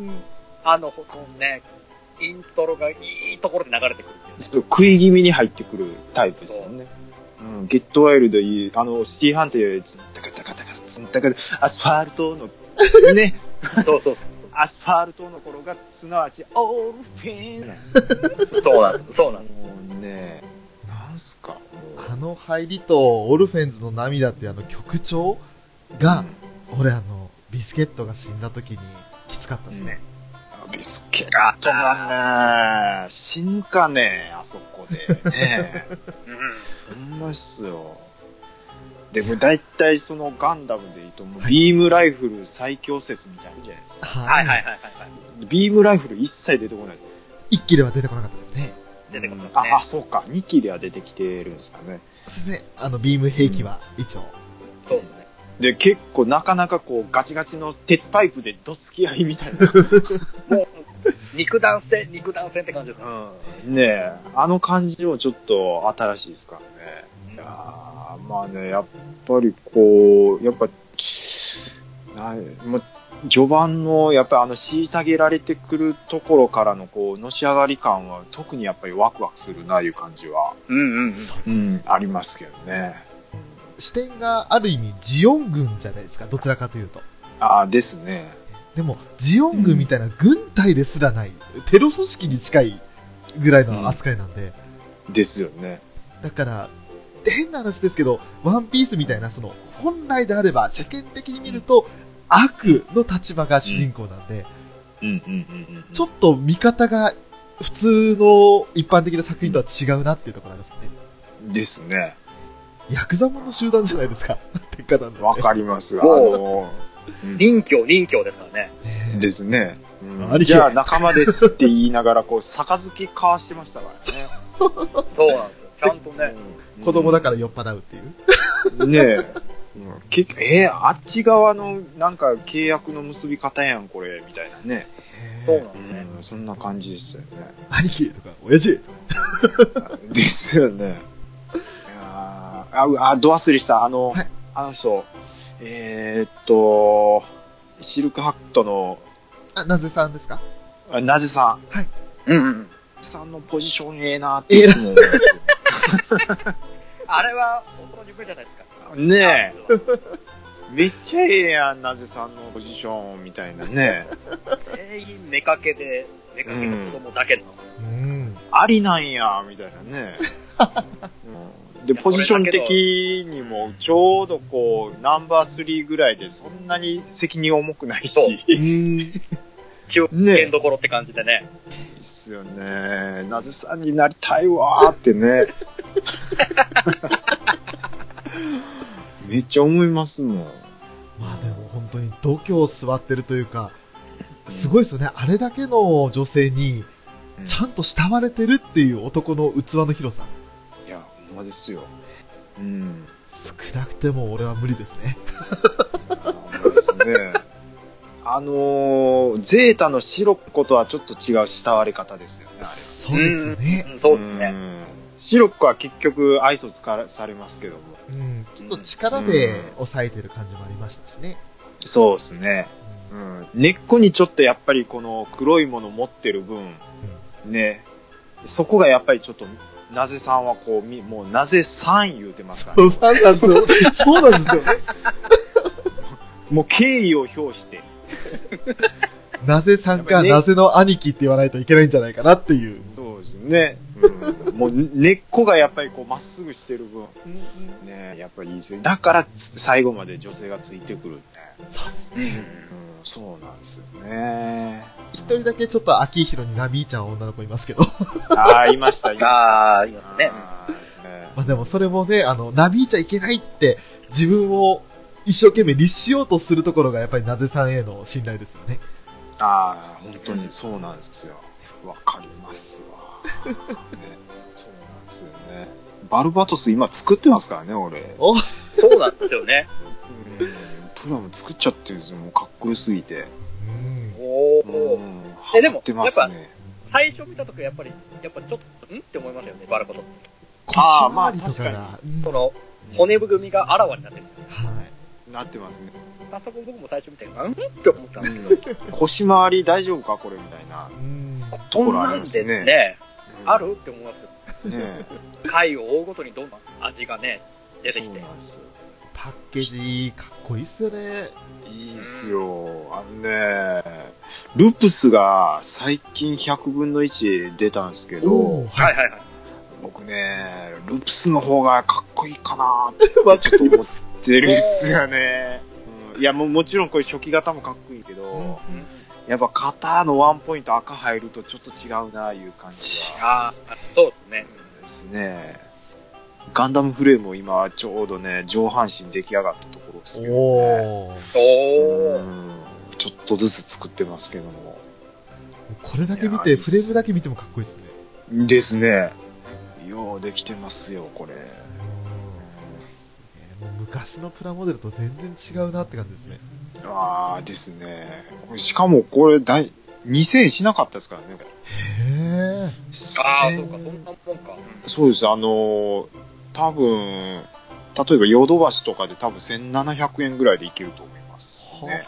ね、イントロがいいところで流れてくるっていう、 ね。食い気味に入ってくるタイプですよね。ゲットワイルドいい、シティハンターより、タカタカタカツンタカ、アスファルトの、ね。 そう。 アスファルトの頃が、すなわち、オールフェンなんですよ。 そうなんです。 もうね、なんすか。 入りと、オルフェンズの涙って曲調が、俺ビスケットが死んだ時にきつかったですね。 ビスケットがね、死ぬかね、あそこでね。ほんまっすよ。でも大体そのガンダムで言うと、ビームライフル最強説みたいなじゃないですか。 はい。 ビームライフル一切出てこないですよ。 1機では出てこなかったですね。 出てこないですね。 そうか。2機では出てきてるんですかね。 ですね。ビーム兵器は一応。 そうですね。 で、結構なかなかこうガチガチの鉄パイプでどつき合いみたいな。 もう、肉弾戦って感じですかねえ、あの感じもちょっと新しいですからね。まあね、やっぱりこう、もう序盤の、やっぱり虐げられてくるところからのこう、のし上がり感は特にやっぱりワクワクするないう感じは、ありますけどね。 視点がある意味ジオン軍じゃないですか、どちらかというと。 ですね。 でも、ジオン軍みたいな軍隊ですらない、テロ組織に近いぐらいの扱いなんで。 ですよね。 だから、変な話ですけど、ワンピースみたいな、本来であれば世間的に見ると、悪の立場が主人公なんで、ちょっと見方が普通の一般的な作品とは違うなっていうところなんですよね。 ですね。 ヤクザモンの集団じゃないですか。鉄火団で。 わかります。 臨居ですからね。 ですね。じゃあ仲間ですって言いながら、こう、杯交わしてましたからね。 そうなんですよ。ちゃんとね。 子供だから酔っ払うっていう。 ねえ。あっち側のなんか契約の結び方やん、これ、みたいなね。 そうなんですね。 そんな感じですよね。 兄貴とか、親父とか。 ですよね。ド忘れした。あの人、シルクハットの、 なぜさんですか？ なぜさん。 はい。 さんのポジションええなっていつも思うんですよ。 あれは、本当に夢じゃないですか。 ねえ。めっちゃええやん、なぜさんのポジションみたいなね。 全員目かけの子供だけの。 ありなんや、みたいなね。で、ポジション的にも、ちょうどこう、ナンバー3ぐらいで、そんなに責任重くないし。 中堅どころって感じでね。 いいっすよね。なぜさんになりたいわーってね。めっちゃ思いますもん。 まあでも本当に度胸座ってるというか、すごいですよね。あれだけの女性に、ちゃんと慕われてるっていう男の器の広さ。 いや、ほんまですよ。 少なくても俺は無理ですね。 そうですね。ゼータのシロッコとはちょっと違う慕われ方ですよね。 そうですね。 そうですね。 シロッコは結局愛想されますけども。 ちょっと力で抑えてる感じもありましたしね。 そうですね。根っこにちょっとやっぱりこの黒いもの持ってる分、ね、そこがやっぱりちょっと、なぜさんはこう、もうなぜさん言うてますからね。そうなんですよ。そうなんですよね。 もう敬意を表して。 なぜさんか、なぜの兄貴って言わないといけないんじゃないかなっていう。 そうですね。もう根っこがやっぱりこうまっすぐしてる分、ね、やっぱりいいですね。だから最後まで女性がついてくるって。そうなんですよね。 一人だけちょっと秋広になびいちゃう女の子いますけど。 いました、 いますね。 まあでもそれもね、なびいちゃいけないって自分を一生懸命律しようとするところがやっぱりなぜさんへの信頼ですよね。 ああ、本当にそうなんですよ。わかりますわ、ね。そうなんですよね。バルバトス今作ってますからね、俺。 そうなんですよね。 プラム作っちゃってるんですよ、もうかっこよすぎて。 おー。でも、やっぱ、最初見たときやっぱりちょっと、って思いましたよね、バルバトス。 腰回りとかが。 その、骨組みがあらわになってるんですよ。 はい。 なってますね。 早速僕も最初見て、って思ったんですけど。 腰回り大丈夫かこれみたいなところありますね。 ね、あるって思いますけど。 ね回を追うごとにどんな味がね、出てきて。 パッケージかっこいいっすよね。 いいっすよ。ループスが最近100分の1出たんですけど、 はいはいはい。 僕ね、ループスの方がかっこいいかなってちょっと思ってるっすよね。いや、もちろんこれ初期型もかっこいいけど、やっぱ肩のワンポイント赤入るとちょっと違うないう感じが。 あ、そうですね。 ですね。ガンダムフレームも今ちょうどね、上半身出来上がったところですけどね。ちょっとずつ作ってますけども。これだけ見て、フレームだけ見てもかっこいいですね。ですね。ようできてますよ、これ。 もう昔のプラモデルと全然違うなって感じですね。 ああ、ですね。しかもこれ2000円しなかったですからね。 へえ。 ああ、そうか、そんなもんか。 そうです。多分、例えばヨドバシとかで多分1700円ぐらいでいけると思いますね。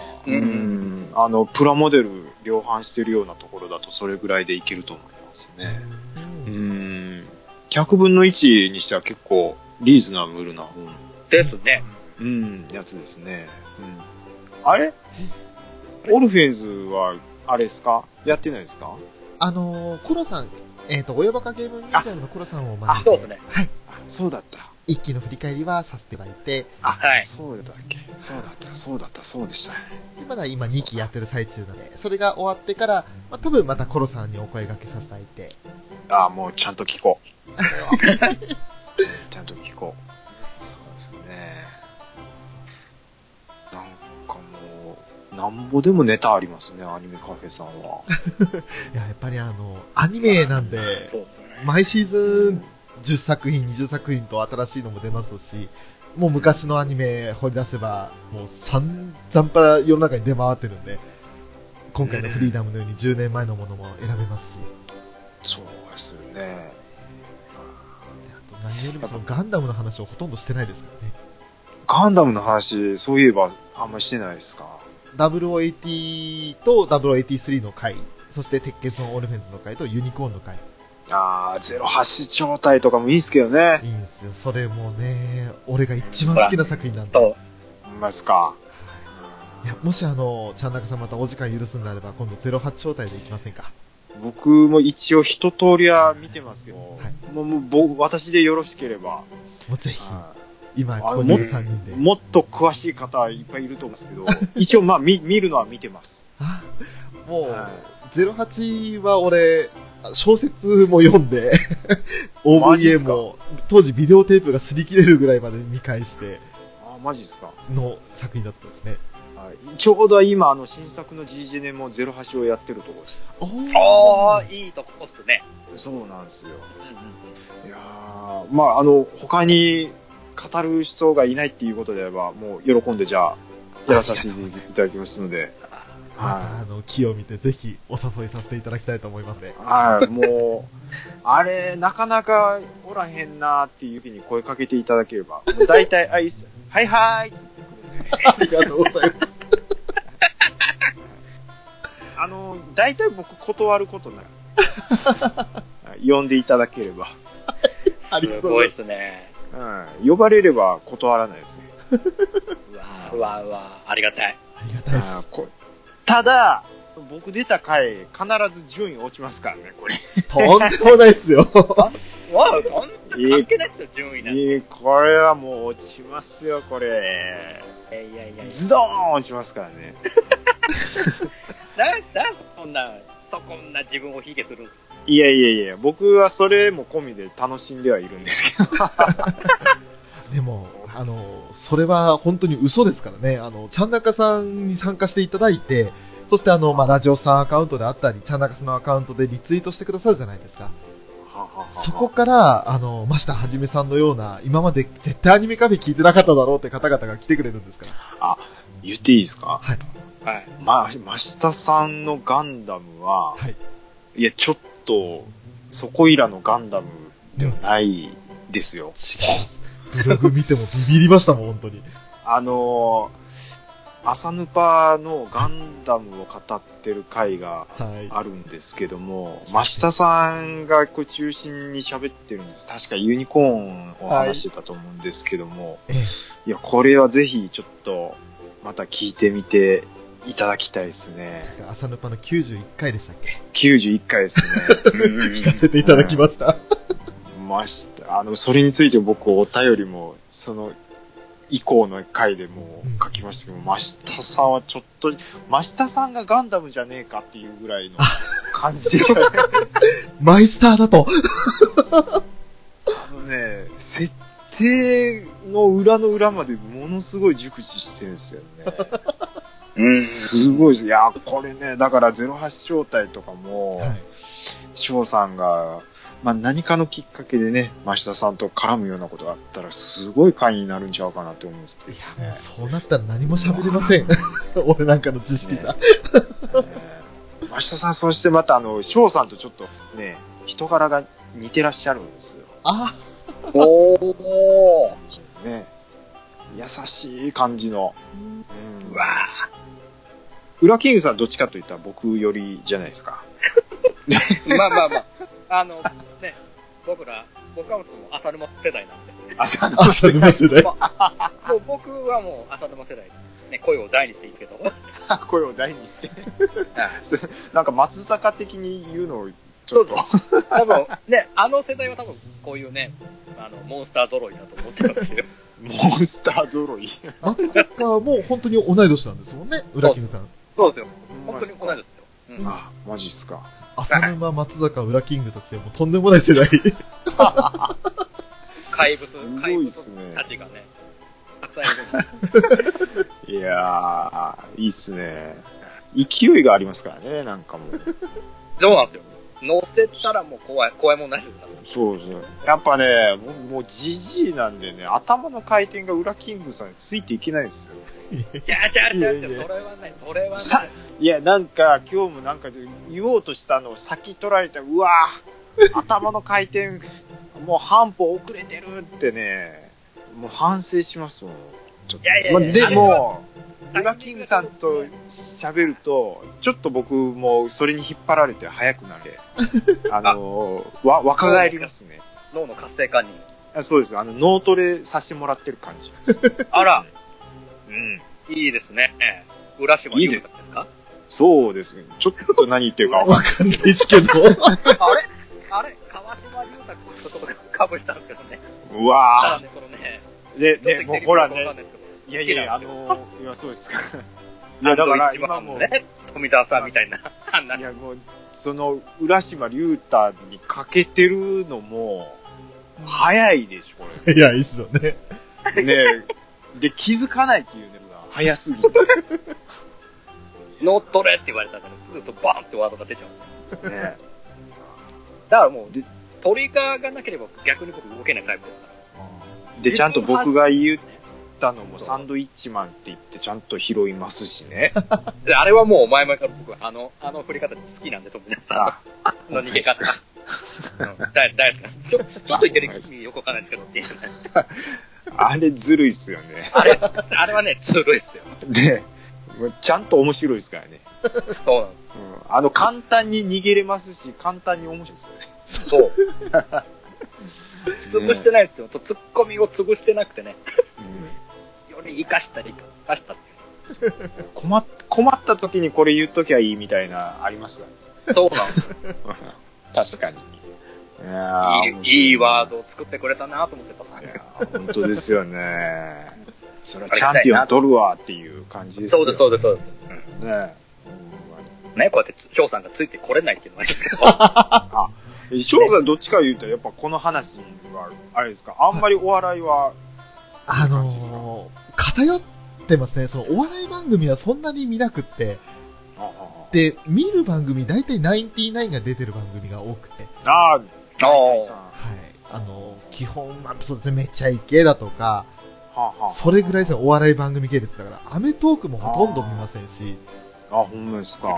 プラモデル量販してるようなところだとそれぐらいでいけると思いますね。100分の1にしては結構リーズナブルなですね。 やつですね。あれオルフェンズは、あれですかやってないですかコロさん、親バカゲームミュージアムのコロさんを招いて。 そうですね。 はい。そうだった。 一期の振り返りはさせていただいて。 はい。 そうだっけ。そうでしたね。 で、まだ今2期やってる最中なので、それが終わってから、多分またコロさんにお声掛けさせていただいて。 もうちゃんと聞こう。ちゃんと聞こう。そうですね。なんかもう、なんぼでもネタありますね、アニメカフェさんは。 いや、やっぱりアニメなんで、毎シーズン10作品、20作品と新しいのも出ますし、もう昔のアニメ掘り出せば、もう散々パラ世の中に出回ってるんで、今回のフリーダムのように10年前のものも選べますし。 そうですね。 あと何よりもそのガンダムの話をほとんどしてないですからね。 ガンダムの話、そういえばあんまりしてないですか。 0080と0083の回、そして鉄血のオルフェンズの回とユニコーンの回。 08超体とかもいいんすけどね。 いいんすよ。それもね、俺が一番好きな作品なんで。 そう。いますか。 いや、もしちゃん中さんまたお時間許すんであれば、今度08招待で行きませんか。 僕も一応一通りは見てますけど、もう私でよろしければ。 もうぜひ、今、ここにいる3人で。 もっと詳しい方いっぱいいると思うんですけど、一応見るのは見てます。 もう、08は俺、小説も読んで、OVA も、当時ビデオテープが擦り切れるぐらいまで見返して、 マジですかの作品だったんですね。 ちょうど今、新作の G ジェネも08をやってるところです。 いいとこっすね。 そうなんですよ。いや他に語る人がいないっていうことであれば、もう喜んでじゃあ、やらさせていただきますので。 気を見てぜひお誘いさせていただきたいと思いますね。 もう、あれ、なかなかおらへんなーっていう時に声かけていただければ、大体、はいはいって言ってくるんで。 ありがとうございます。 大体僕断ることなら、呼んでいただければ。 すごいですね。 呼ばれれば断らないですね。 うわ、ありがたい。 ありがたいです。 ただ、僕出た回、必ず順位落ちますからね、これ。 とんでもないっすよ。 関係ないっすよ、順位なんて。 これはもう落ちますよ、これ。ズドーン落ちますからね。 そんな、 そこんな自分を卑下するんですか？ いや、僕はそれも込みで楽しんではいるんですけど。 でも、それは本当に嘘ですからね。ちゃんなかさんに参加していただいて、そしてラジオさんアカウントであったり、ちゃんなかさんのアカウントでリツイートしてくださるじゃないですか。そこから、増田はじめさんのような、今まで絶対アニメカフェ聞いてなかっただろうって方々が来てくれるんですから。 あ、言っていいですか？ はい。 はい。 増田さんのガンダムは、 はい。 いや、ちょっと、そこいらのガンダムではないですよ。 違います。ブログ見てもビビりましたもん、本当に。 朝ヌパのガンダムを語ってる回があるんですけども、増田さんがこう中心に喋ってるんです。確かユニコーンを話してたと思うんですけども、いや、これはぜひちょっと、また聞いてみていただきたいですね。 朝ヌパの91回でしたっけ？ 91 回ですね。 聞かせていただきました。 それについて僕お便りも、その以降の回でも書きましたけど、増田さんはちょっと、増田さんがガンダムじゃねえかっていうぐらいの感じでしたね。 マイスターだと。 設定の裏の裏までものすごい熟知してるんですよね。すごいです。いや、これね、だから08招待とかも、翔さんが、何かのきっかけでね、増田さんと絡むようなことがあったら、すごい会になるんちゃうかなって思うんですけど、ね。 いや、もうそうなったら何も喋れません。俺なんかの知識じゃ。 増田さん、そしてまた翔さんとちょっとね、人柄が似てらっしゃるんですよ。 あおー。 ね、優しい感じの。 うわー。ウラキングさんどっちかといったら僕よりじゃないですか。 まあ。ね、僕はもう浅沼世代なんで。 浅沼世代僕はもう浅沼世代。ね、声を大にしていいですけど。 声を大にして。なんか松坂的に言うのをちょっと。 多分、ね、世代は多分こういうね、モンスター揃いだと思ってるんですよ。 モンスター揃い松坂も本当に同い年なんですもんね、ウラキングさん。 そうですよ。本当に同い年ですよ。 あ、マジっすか。 浅沼、松坂、ウラキングときてもとんでもない世代。 怪物たちがね、たくさんいる。 いやー、いいっすね。勢いがありますからね、なんかもう。 そうなんですよ。乗せたらもう怖いもんないですから。 そうですね。やっぱね、もうジジイなんでね、頭の回転がウラキングさんについていけないんですよ。 じゃあ、それはない。 いや、なんか、今日もなんか言おうとしたのを先取られて、うわぁ、頭の回転、もう半歩遅れてるってね、もう反省しますもん。ちょっと。でも、ウラキングさんと喋ると、ちょっと僕もそれに引っ張られて速くなるんで、若返りますね。 脳の活性化に。 そうです。脳トレさせてもらってる感じです。 あら。いいですね。浦島優太ですか？ そうですね。ちょっと何言ってるかわかんないですけど。 あれ川島優太君とちょっとかぶしたんですけどね。 うわぁ。このね。 で、もうほらね。いや、そうですか。いや、だから今もね、富澤さんみたいな。 いや、もう、その、浦島龍太にかけてるのも、早いでしょ、これ。 いや、いいっすよね。 ねで、気づかないっていうね、早すぎて。 乗っ取れって言われたら、すぐとバーンってワードが出ちゃうんですよ。 ねだからもう、トリガーがなければ逆に僕動けないタイプですから。 で、ちゃんと僕が言ったのもサンドイッチマンって言ってちゃんと拾いますしね。 で、あれはもう前々から僕はあの振り方好きなんで、富澤さんの逃げ方。大好きなんです。ちょっと言ってる意味よくわかんないですけどっていうね。 あれずるいっすよね。 あれはね、ずるいっすよ。 で、ちゃんと面白いですからね。 そうなんです。 簡単に逃げれますし、簡単に面白いですよね。 そう。潰してないですよ。ツッコミを潰してなくてね。より生かしたっていう。 困った時にこれ言っときゃいいみたいな、ありますからね。そうなんです。 確かに。 いいワードを作ってくれたなと思ってた。 本当ですよね。それはチャンピオン取るわっていう感じですよ。 そうです。 ね。 ね、こうやって翔さんがついてこれないっていうのがありますけど。 翔さんどっちか言うと、やっぱこの話は、あれですか、あんまりお笑いは、 偏ってますね。そのお笑い番組はそんなに見なくって、で、見る番組、大体ナインティナインが出てる番組が多くて。はい。基本、そうですね、めちゃイケだとか、それぐらいですね、お笑い番組系列だから、アメトークもほとんど見ませんし。 ほんまですか。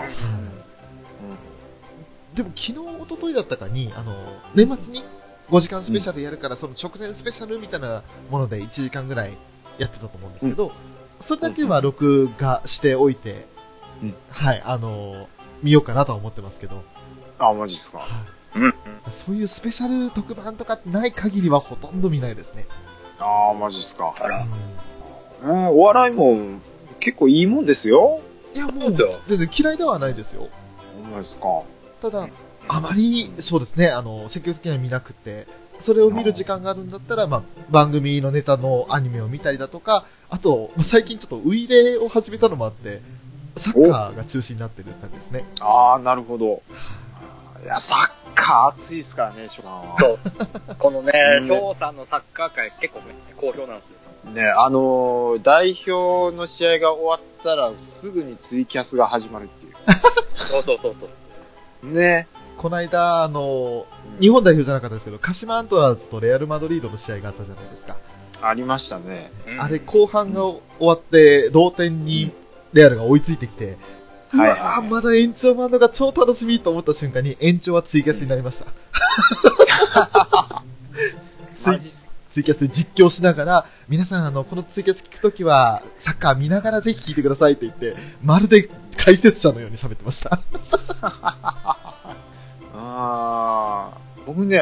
でも昨日、一昨日だったかに、年末に5時間スペシャルやるから、その直前スペシャルみたいなもので1時間ぐらいやってたと思うんですけど、それだけは録画しておいて、はい、見ようかなとは思ってますけど。 マジっすか。 そういうスペシャル特番とかない限りはほとんど見ないですね。 マジっすか。お笑いも結構いいもんですよ。 いや、もう、全然嫌いではないですよ。 ほんまですか。 ただ、あまり、そうですね、積極的には見なくて、それを見る時間があるんだったら、番組のネタのアニメを見たりだとか、あと、最近ちょっとウイレを始めたのもあって、サッカーが中心になってる感じですね。 なるほど。いや、サッカー熱いですからね、翔さんは。 そう。このね、翔さんのサッカー界結構ね、好評なんですよ。 ね、代表の試合が終わったらすぐにツイキャスが始まるっていう。 そう。 ね。 この間、日本代表じゃなかったですけど、鹿島アントラーズとレアルマドリードの試合があったじゃないですか。 ありましたね。 あれ、後半が終わって、同点にレアルが追いついてきて、まだ延長版のが超楽しみと思った瞬間に延長はツイキャスになりました。ツイキャスで実況しながら、皆さんこのツイキャス聞くときは、サッカー見ながらぜひ聞いてくださいって言って、まるで解説者のように喋ってました。 僕ね、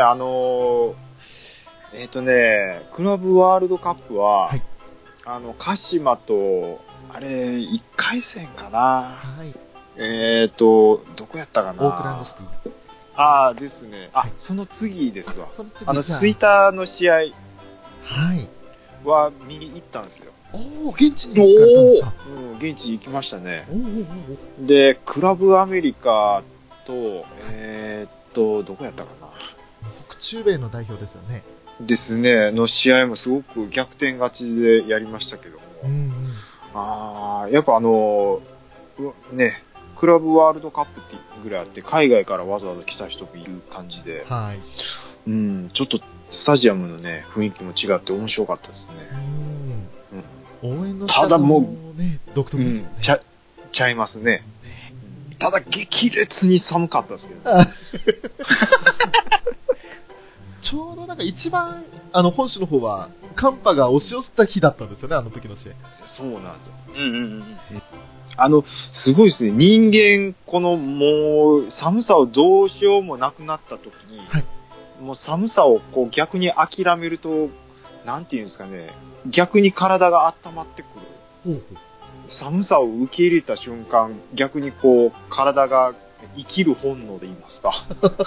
クラブワールドカップは、鹿島と、あれ、1回戦かな。どこやったかな。 オークランドシティ。 ですね。その次ですわ。吹田の試合は見に行ったんですよ。 現地に行かれたんですか？ 現地に行きましたね。で、クラブアメリカと、どこやったかな。 北中米の代表ですよね。 ですね、の試合もすごく逆転勝ちでやりましたけども。やっぱね、クラブワールドカップってぐらいあって、海外からわざわざ来た人もいる感じで、ちょっとスタジアムのね、雰囲気も違って面白かったですね。 応援の仕方もね、独特ですよね。 ちゃいますね。ただ激烈に寒かったですけど。 ちょうどなんか一番、本州の方は、寒波が押し寄せた日だったんですよね、あの時の試合。 そうなんですよ。すごいですね。人間、もう、寒さをどうしようもなくなった時に、もう寒さを逆に諦めると、なんていうんですかね、逆に体が温まってくる。寒さを受け入れた瞬間、逆に体が生きる本能で言いますか。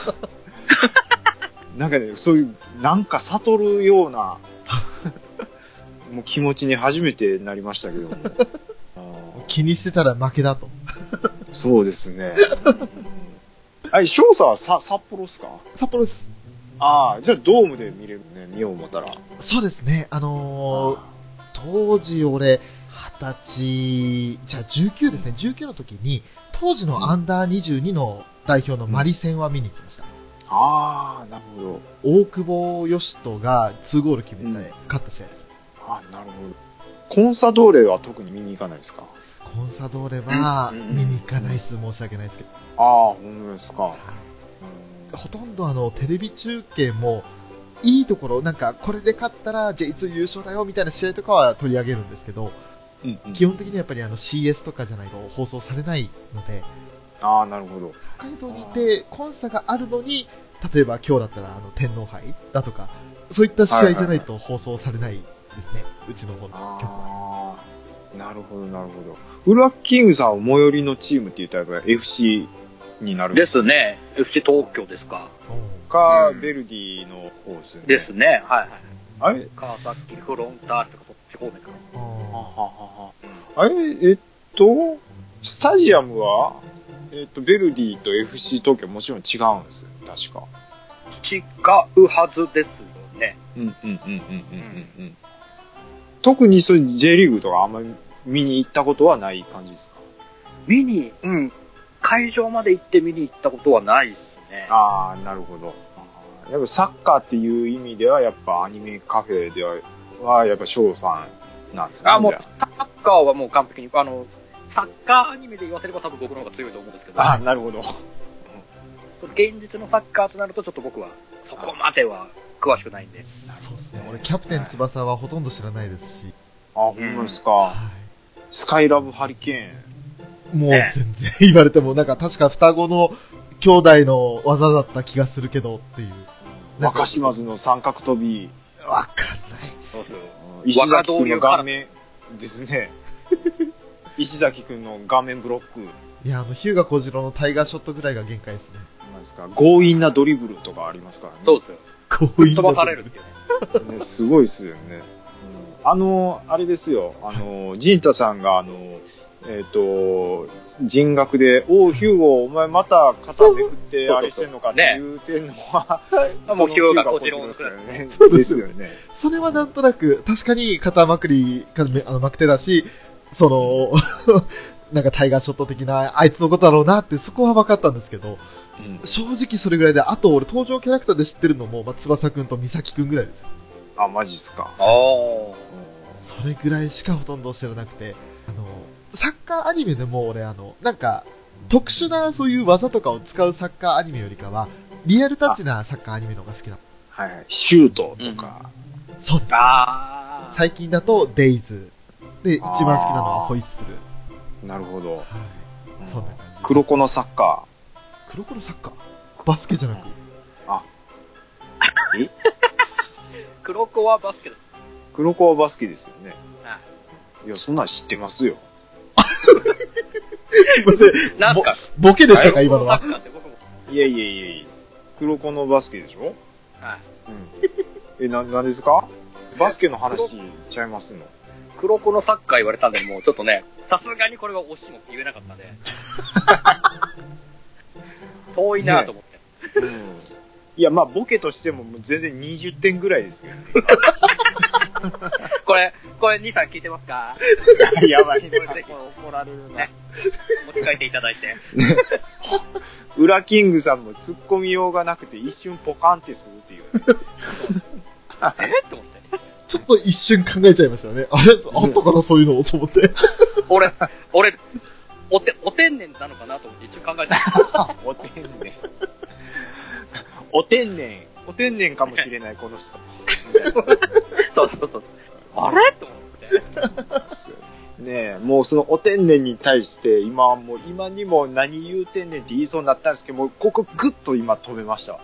なんかね、そういう、なんか悟るような、もう気持ちに初めてなりましたけども。 気にしてたら負けだと。 そうですね。翔さんは札幌っすか？ 札幌です。 じゃあドームで見れるね、見よう思ったら。 そうですね。当時俺、20歳、じゃあ19ですね。19の時に、当時のアンダー22の代表のマリ戦は見に行きました。 なるほど。 大久保嘉人が2ゴール決めて勝った試合です。 なるほど。コンサドーレは特に見に行かないですか？ コンサドーレは見に行かないです。申し訳ないですけど。 本当ですか。 ほとんどテレビ中継も、いいところ、なんかこれで勝ったら J2 優勝だよみたいな試合とかは取り上げるんですけど、基本的にはやっぱりCS とかじゃないと放送されないので、 なるほど。 北海道にいて、コンサがあるのに、例えば今日だったら天皇杯だとか、そういった試合じゃないと放送されないですね、うちの方の局は。 なるほど、なるほど。ウルワッキングさんは最寄りのチームって言ったら FC になるんですね。FC 東京ですか。 ベルディの方ですよね。 ですね。 あれ川崎フロンターレとかそっち方面かな。 スタジアムはベルディと FC 東京もちろん違うんですよ、確か。 違うはずですよね。 特にそういう J リーグとかあんまり見に行ったことはない感じですか？ 会場まで行って見に行ったことはないですね。 ああ、なるほど。やっぱサッカーっていう意味では、やっぱアニメカフェではやっぱ翔さんなんですね。 もうサッカーはもう完璧に、サッカーアニメで言わせれば多分僕の方が強いと思うんですけど。 ああ、なるほど。 その現実のサッカーとなるとちょっと僕はそこまでは詳しくないんで。 そうですね。俺キャプテン翼はほとんど知らないですし。 あ、ほんまですか。はい、スカイラブハリケーン。もう全然言われても、なんか確か双子の兄弟の技だった気がするけどっていう。 若島津の三角飛び。 わかんない。 そうそう。 石崎くんの顔面ですね。石崎くんの顔面ブロック。 いや、日向小次郎のタイガーショットぐらいが限界ですね。 強引なドリブルとかありますからね。 そうですよ。 強引飛ばされるっていうね。すごいですよね。あれですよ。ジンタさんが人学で、ヒューゴ、お前また肩めくってあれしてんのかって言うてんのは、 もうヒューガ小次郎ですよね。そうですよね。 それはなんとなく、確かに肩まくり、まく手だし、なんかタイガーショット的な、あいつのことだろうなって、そこは分かったんですけど、正直それぐらいで、あと俺登場キャラクターで知ってるのも、翼くんと美咲くんぐらいですよ。 あ、マジっすか。 それぐらいしかほとんど知らなくて、サッカーアニメでも俺なんか、特殊なそういう技とかを使うサッカーアニメよりかは、リアルタッチなサッカーアニメの方が好きなの。 はいはい。シュートとか。 そうです。最近だと、デイズ。で、一番好きなのはホイッスル。 なるほど。 はい。そんな感じ。 黒子のサッカー。黒子のサッカーバスケじゃなく。 黒子はバスケです。 黒子はバスケですよね。いや、そんなん知ってますよ。 すいません。なんかボケでしたか、今のは。 いや。黒子のバスケでしょ？はい。なんですか？バスケの話ちゃいますの？ 黒子のサッカー言われたんで、もうちょっとね、さすがにこれは惜しいも言えなかったんで。遠いなと思って。 いや、まあ、ボケとしても全然20点ぐらいですけどね。 これ、兄さん聞いてますか？ やばいね。怒られるな。 持ち帰っていただいて。 ウラキングさんも突っ込みようがなくて一瞬ポカンってするっていう。 って思って。 ちょっと一瞬考えちゃいましたよね。あったかな、そういうのと思って。 俺、お天然なのかなと思って一瞬考えた。 お天然。お天然かもしれない、この人。 そう。あれと思って。 ねえ、もうそのお天然に対して、今にも何言うてんねんって言いそうになったんですけど、もうここグッと今止めましたわ。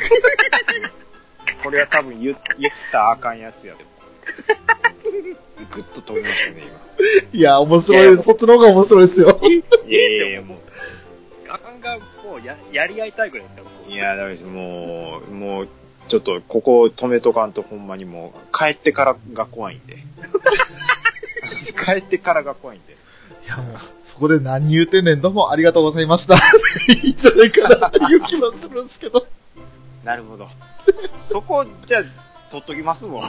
これは多分言ったらあかんやつやでも。グッと止めましたね、 今。いや、面白い。そっちの方が面白いですよ。 いや、もう。 ガンガンもうやり合いたいぐらいですから。 いや、ダメです。もう、ちょっとここ止めとかんとほんまにもう、帰ってからが怖いんで。帰ってからが怖いんで。 いや、もう、そこで何言うてんねん、どうもありがとうございました。いいんじゃないかなっていう気はするんですけど。 なるほど。そこ、じゃあ、取っときますもん。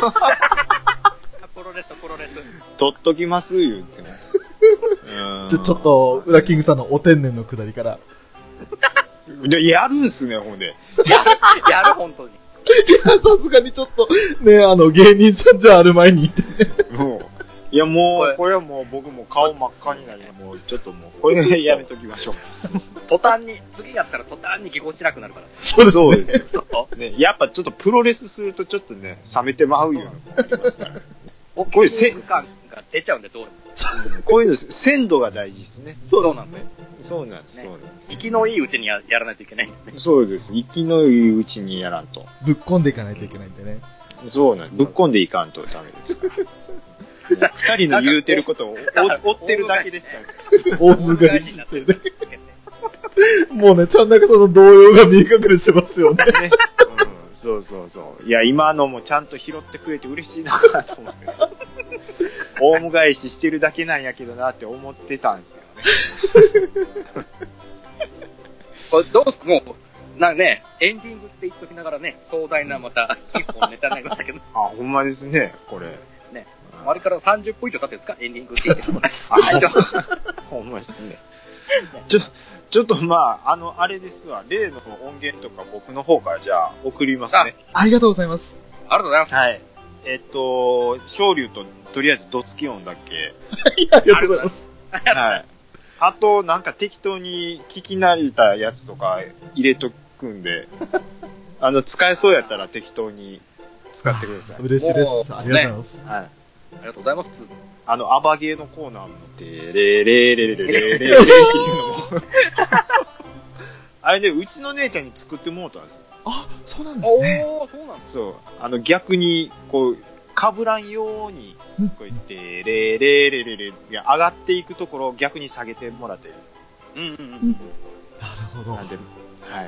プロレス。 取っときます、言うても。 ちょっと、ウラキングさんのお天然のくだりから。 やるんすね、ほんで。 やる、本当に。 いや、さすがにちょっと、ね、芸人さんじゃある前にいてね。 もう、いやもう、これはもう僕も顔真っ赤になり、もうちょっともう、これやめときましょう。 次やったら途端にぎこちなくなるから。 そうですね。 そうね。やっぱちょっとプロレスするとちょっとね、冷めてまうようなことありますから。 こういう感が出ちゃうんで、どうでも。 こういうの、鮮度が大事ですね。 そうなんですね。 そうなんです。 生きのいいうちにやらないといけないんでね。 そうです。生きのいいうちにやらんと。 ぶっこんでいかないといけないんでね。 そうなんぶっこんでいかんとダメですから。二人の言うてることを追ってるだけですから。 大昔してね。もうね、ちゃんなかさんの動揺が見え隠れしてますよね。 そう。いや、今のもちゃんと拾ってくれて嬉しいなと思って。オウム返ししてるだけなんやけどなって思ってたんですけどね。 これどうすかもう、エンディングって言っときながらね、壮大なまた一本ネタになりましたけど。 あ、ほんまですね、これ。 ね。あれから30分以上経ってるんですかエンディングって言ってもね。 ほんまですね。ちょっとまあ、あれですわ、例の音源とか僕の方からじゃあ送りますね。 ありがとうございます。 ありがとうございます。 はい。昇竜ととりあえずドツキ音だけ。 ありがとうございます。 はい。あと、なんか適当に聞き慣れたやつとか入れとくんで、使えそうやったら適当に使ってください。 嬉しいです。ありがとうございます。 はい。 ありがとうございます。 アバゲーのコーナーのテレレレレレレレレっていうのも。あれね、うちの姉ちゃんに作ってもらったんですよ。 あ、そうなんですね。 そうなんですそう。逆に、こう、被らんように、こう言って、レレレレレ、上がっていくところを逆に下げてもらってる。 なるほど。 なんで、はい。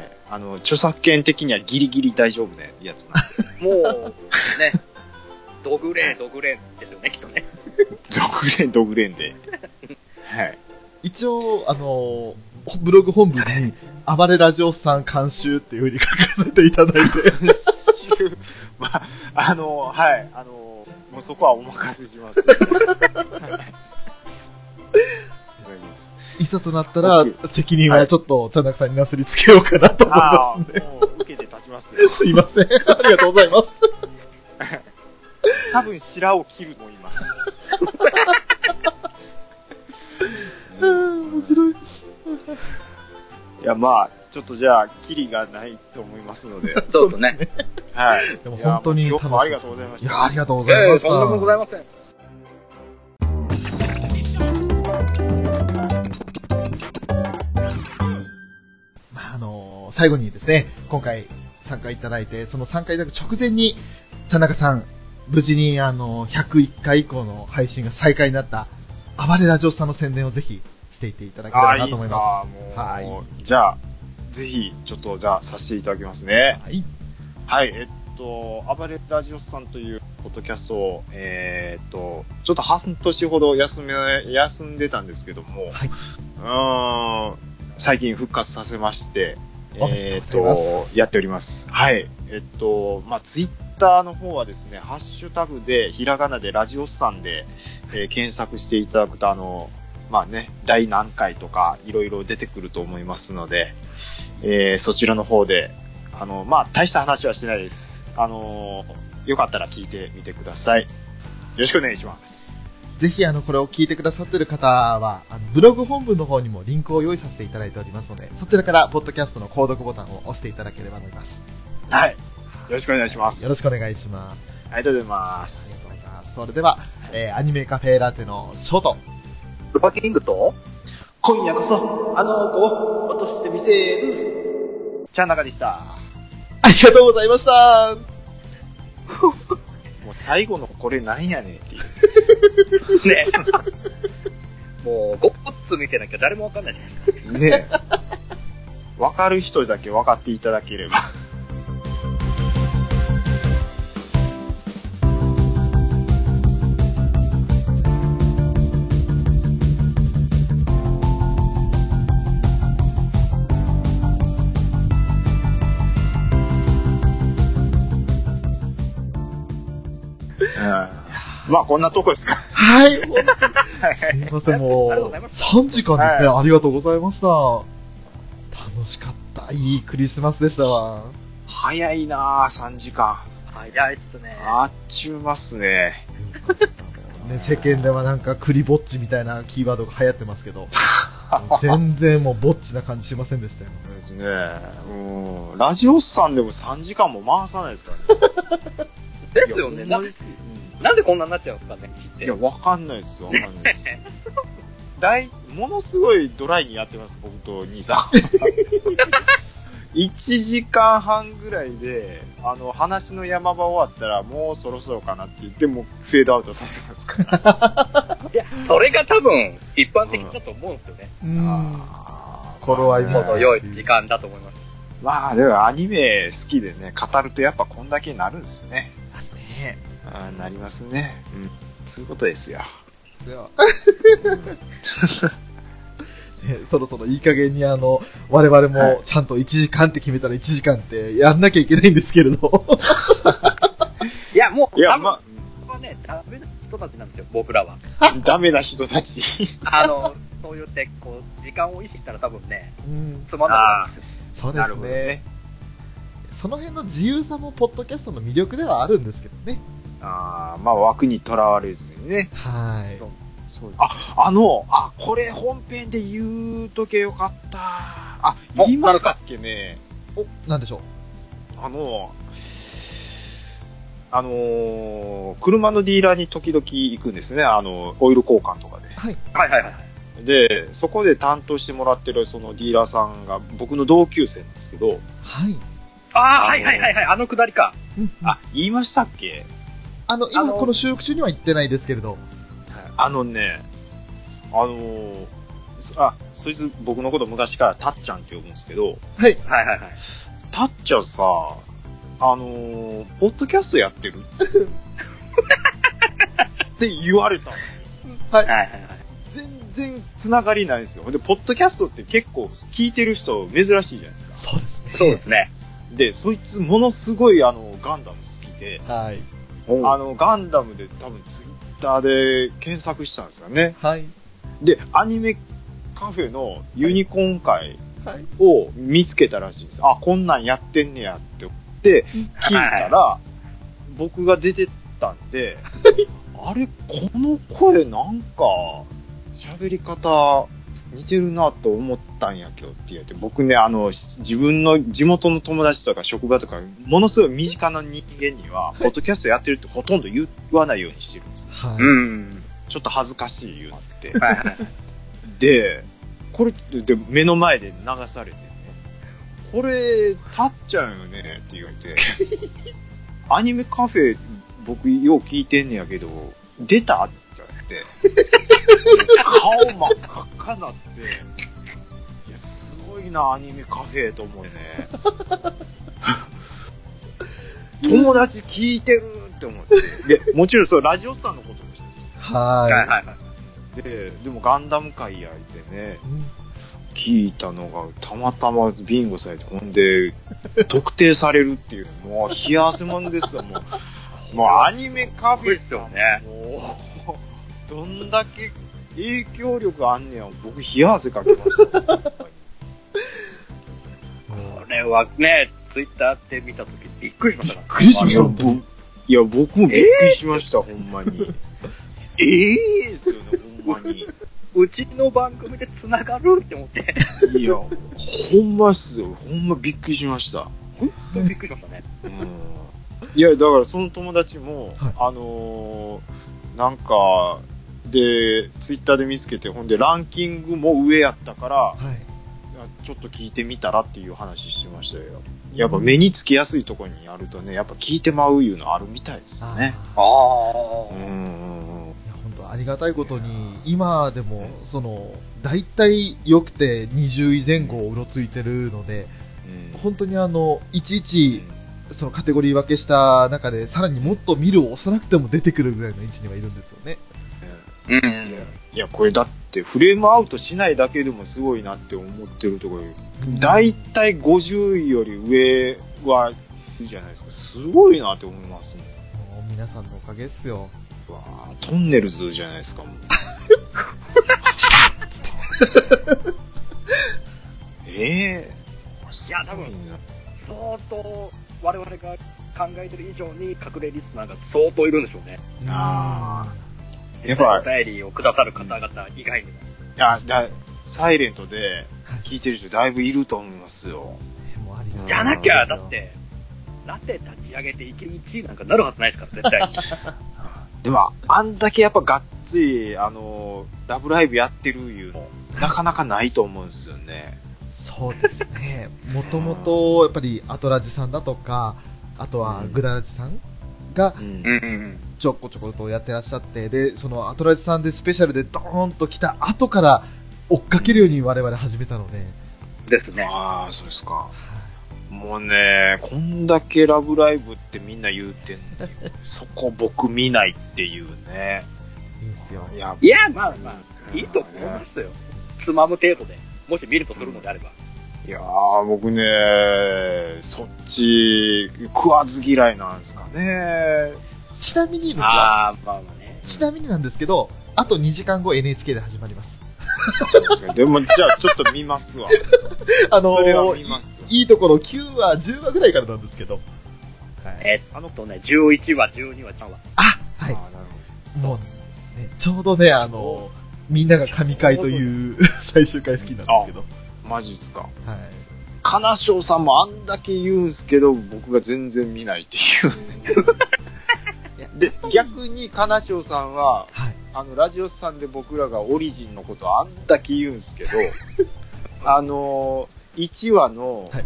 著作権的にはギリギリ大丈夫なやつなんで。もう、ね、ドグレーですよね、きっとね。 ドグレンで。はい。 一応、ブログ本文に、暴れラジオさん監修っていう風に書かせていただいて。 まあ、はい。もうそこはお任せします。 いざとなったら、責任はちょっと、チャンナクさんになすりつけようかなと思いますね。 もう受けて立ちますよ。 すいません。ありがとうございます。 多分白を切ると思います。 面白い。 いや、まあ、ちょっとじゃあ、キリがないと思いますので。 そうですね。 はい。 でも本当に今日もありがとうございました。 いや、ありがとうございました。 とんでもございません。 最後にですね、今回参加いただいて、その参加いただく直前に、茶中さん、無事に101回以降の配信が再開になった、暴れラジオさんの宣伝をぜひしていっていただければなと思います。 はい。じゃあ、ぜひ、ちょっと、させていただきますね。 はい。 はい、暴れラジオさんというポッドキャストを、ちょっと半年ほど休んでたんですけども、 はい。 最近復活させまして、やっております。はい。まあ、ツイッターの方はですね、ハッシュタグで、ひらがなでラジオスさんで、検索していただくと、まあね、第何回とか、いろいろ出てくると思いますので、そちらの方で、まあ、大した話はしないです。よかったら聞いてみてください。よろしくお願いします。 ぜひこれを聞いてくださっている方は、ブログ本文の方にもリンクを用意させていただいておりますので、そちらからポッドキャストの購読ボタンを押していただければと思います。 はい。よろしくお願いします。 よろしくお願いします。 ありがとうございます。 ありがとうございます。それでは、アニメカフェラテのショート。 ルパキングと、 今夜こそ、あの子を落としてみせる。ちゃんなかでした。 ありがとうございました。 もう最後のこれなんやねんっていう。 ね。もう、ゴッツ見てなきゃ誰もわかんないじゃないですか。 ね。わかる人だけ分かっていただければ。まあこんなとこですか。 はい。本当にすいません、もう3時間ですね、はい。ありがとうございました。楽しかった。いいクリスマスでしたわ。 早いなぁ、3時間。 早いっすね。 あっちゅうますね。 ね、世間ではなんかクリぼっちみたいなキーワードが流行ってますけど、全然もうぼっちな感じしませんでしたよ。 ですね。ラジオスさんでも3時間も回さないですからね。 ですよね。なんでこんなになっちゃうんですかね、 いや、わかんないです。わかんないです。ものすごいドライにやってます、僕と兄さん。1時間半ぐらいで、話の山場終わったら、もうそろそろかなって言って、もうフェードアウトさせますから。 いや、それが多分、一般的だと思うんですよね。 頃合いも程よい時間だと思います。 まあ、でもアニメ好きでね、語るとやっぱこんだけになるんですよね。 ですね。 なりますね。うん。そういうことですよ。 では。 そろそろいい加減に我々もちゃんと1時間って決めたら1時間ってやんなきゃいけないんですけれど。 いや、もう、 いや、 多分、これはね、ダメな人たちなんですよ、僕らは。 ダメな人たち。 そう言って、こう、時間を意識したら多分ね、つまんないんですよ。 そうですね。その辺の自由さもポッドキャストの魅力ではあるんですけどね。 まあ枠にとらわれずにね。 はい。 そうです。これ本編で言うとけよかった。言いましたっけね。 なんでしょう。 車のディーラーに時々行くんですね。オイル交換とかで。 はい。 で、そこで担当してもらってるそのディーラーさんが僕の同級生なんですけど。 はい。 はい、くだりか。 言いましたっけ？ 今この収録中には言ってないですけれど。 そいつ僕のこと昔からたっちゃんって呼ぶんですけど。 はい。 たっちゃんさ、ポッドキャストやってるって言われたんですよ。 はい。 全然つながりないんですよ。で、ポッドキャストって結構聞いてる人珍しいじゃないですか。 そうですね。 で、そいつものすごいガンダム好きで、 はい。 ガンダムで多分ツイッターで検索したんですよね。 はい。 で、アニメカフェのユニコーン会を見つけたらしいんです。こんなんやってんねやって思って聞いたら、僕が出てたんで、あれ、この声なんか喋り方似てるなと思ったんやけどって言って、僕ね、自分の地元の友達とか職場とか、ものすごい身近な人間には、ポッドキャストやってるってほとんど言わないようにしてるんです。 はい。 ちょっと恥ずかしい言うって。で、これ、で、目の前で流されてね、これ、たっちゃうよねって言われて、アニメカフェ、僕よう聞いてんねやけど、出たって言われて、顔真っ赤っかなって、いや、すごいな、アニメカフェと思うね。友達聞いてるって思って。で、もちろんそう、ラジオさんのこともしたんですよ。 はい。 でもガンダム会やいてね、聞いたのがたまたまビンゴされて、ほんで、特定されるっていう、もう冷や汗もんですよ、もうアニメカフェですよね。もう、どんだけ影響力あんねや、僕冷や汗かきました。これはね、ツイッターって見たときびっくりしましたから。 びっくりしました。 いや、僕もびっくりしました、ほんまに。ですよね、ほんまに。 うちの番組で繋がるって思って。 いや、ほんまっすよ。ほんまびっくりしました。 ほんとびっくりしましたね。 いや、だからその友達も、なんか、で、ツイッターで見つけて、ほんでランキングも上やったから、ちょっと聞いてみたらっていう話してましたよ。やっぱ目につきやすいところにあるとね、やっぱ聞いてまういうのあるみたいですね。 本当ありがたいことに、今でも、大体良くて20位前後をうろついてるので、本当にいちいち、そのカテゴリー分けした中で、さらにもっと見るを押さなくても出てくるぐらいの位置にはいるんですよね。 いや、これだってフレームアウトしないだけでもすごいなって思ってるところ、だいたい50位より上はいるじゃないですか。すごいなって思いますね。 もう皆さんのおかげっすよ。 わあ、トンネルズじゃないですか、もう。いや、多分、相当、我々が考えてる以上に隠れリスナーが相当いるんでしょうね。やっぱお便りをくださる方々以外にも。 サイレントで聞いてる人だいぶいると思いますよ。 じゃなきゃ、だって、ラテ立ち上げて1位なんかなるはずないですから、絶対に。 でも、あんだけやっぱがっつり、ラブライブやってるいうの、なかなかないと思うんですよね。 そうですね。もともと、やっぱり、アトラジさんだとか、あとは、グダラジさんが、ちょこちょことやってらっしゃって、で、そのアトラジさんでスペシャルでドーンと来た後から追っかけるように我々始めたので。 ですね。 そうですか。もうね、こんだけラブライブってみんな言うてんのに、そこ僕見ないっていうね。 いいっすよ。 いや、まあ、いいと思いますよ。 つまむ程度で、もし見るとするのであれば。 いやー、僕ね、そっち、食わず嫌いなんですかね。 ちなみにですよ。 まあまあね。 ちなみになんですけど、あと2時間後 NHK で始まります。 でも、じゃあちょっと見ますわ。それは見ますわ。 いいところ9話、10話ぐらいからなんですけど。 はい、11話、12話、3話。 あ、はい。もう、ね、ちょうどね、みんなが神回という最終回付近なんですけど。 マジっすか。 はい。 金賞さんもあんだけ言うんすけど、僕が全然見ないっていう。で、逆に金賞さんは、はい、ラジオさんで僕らがオリジンのことあんだけ言うんすけど、1話の、はい、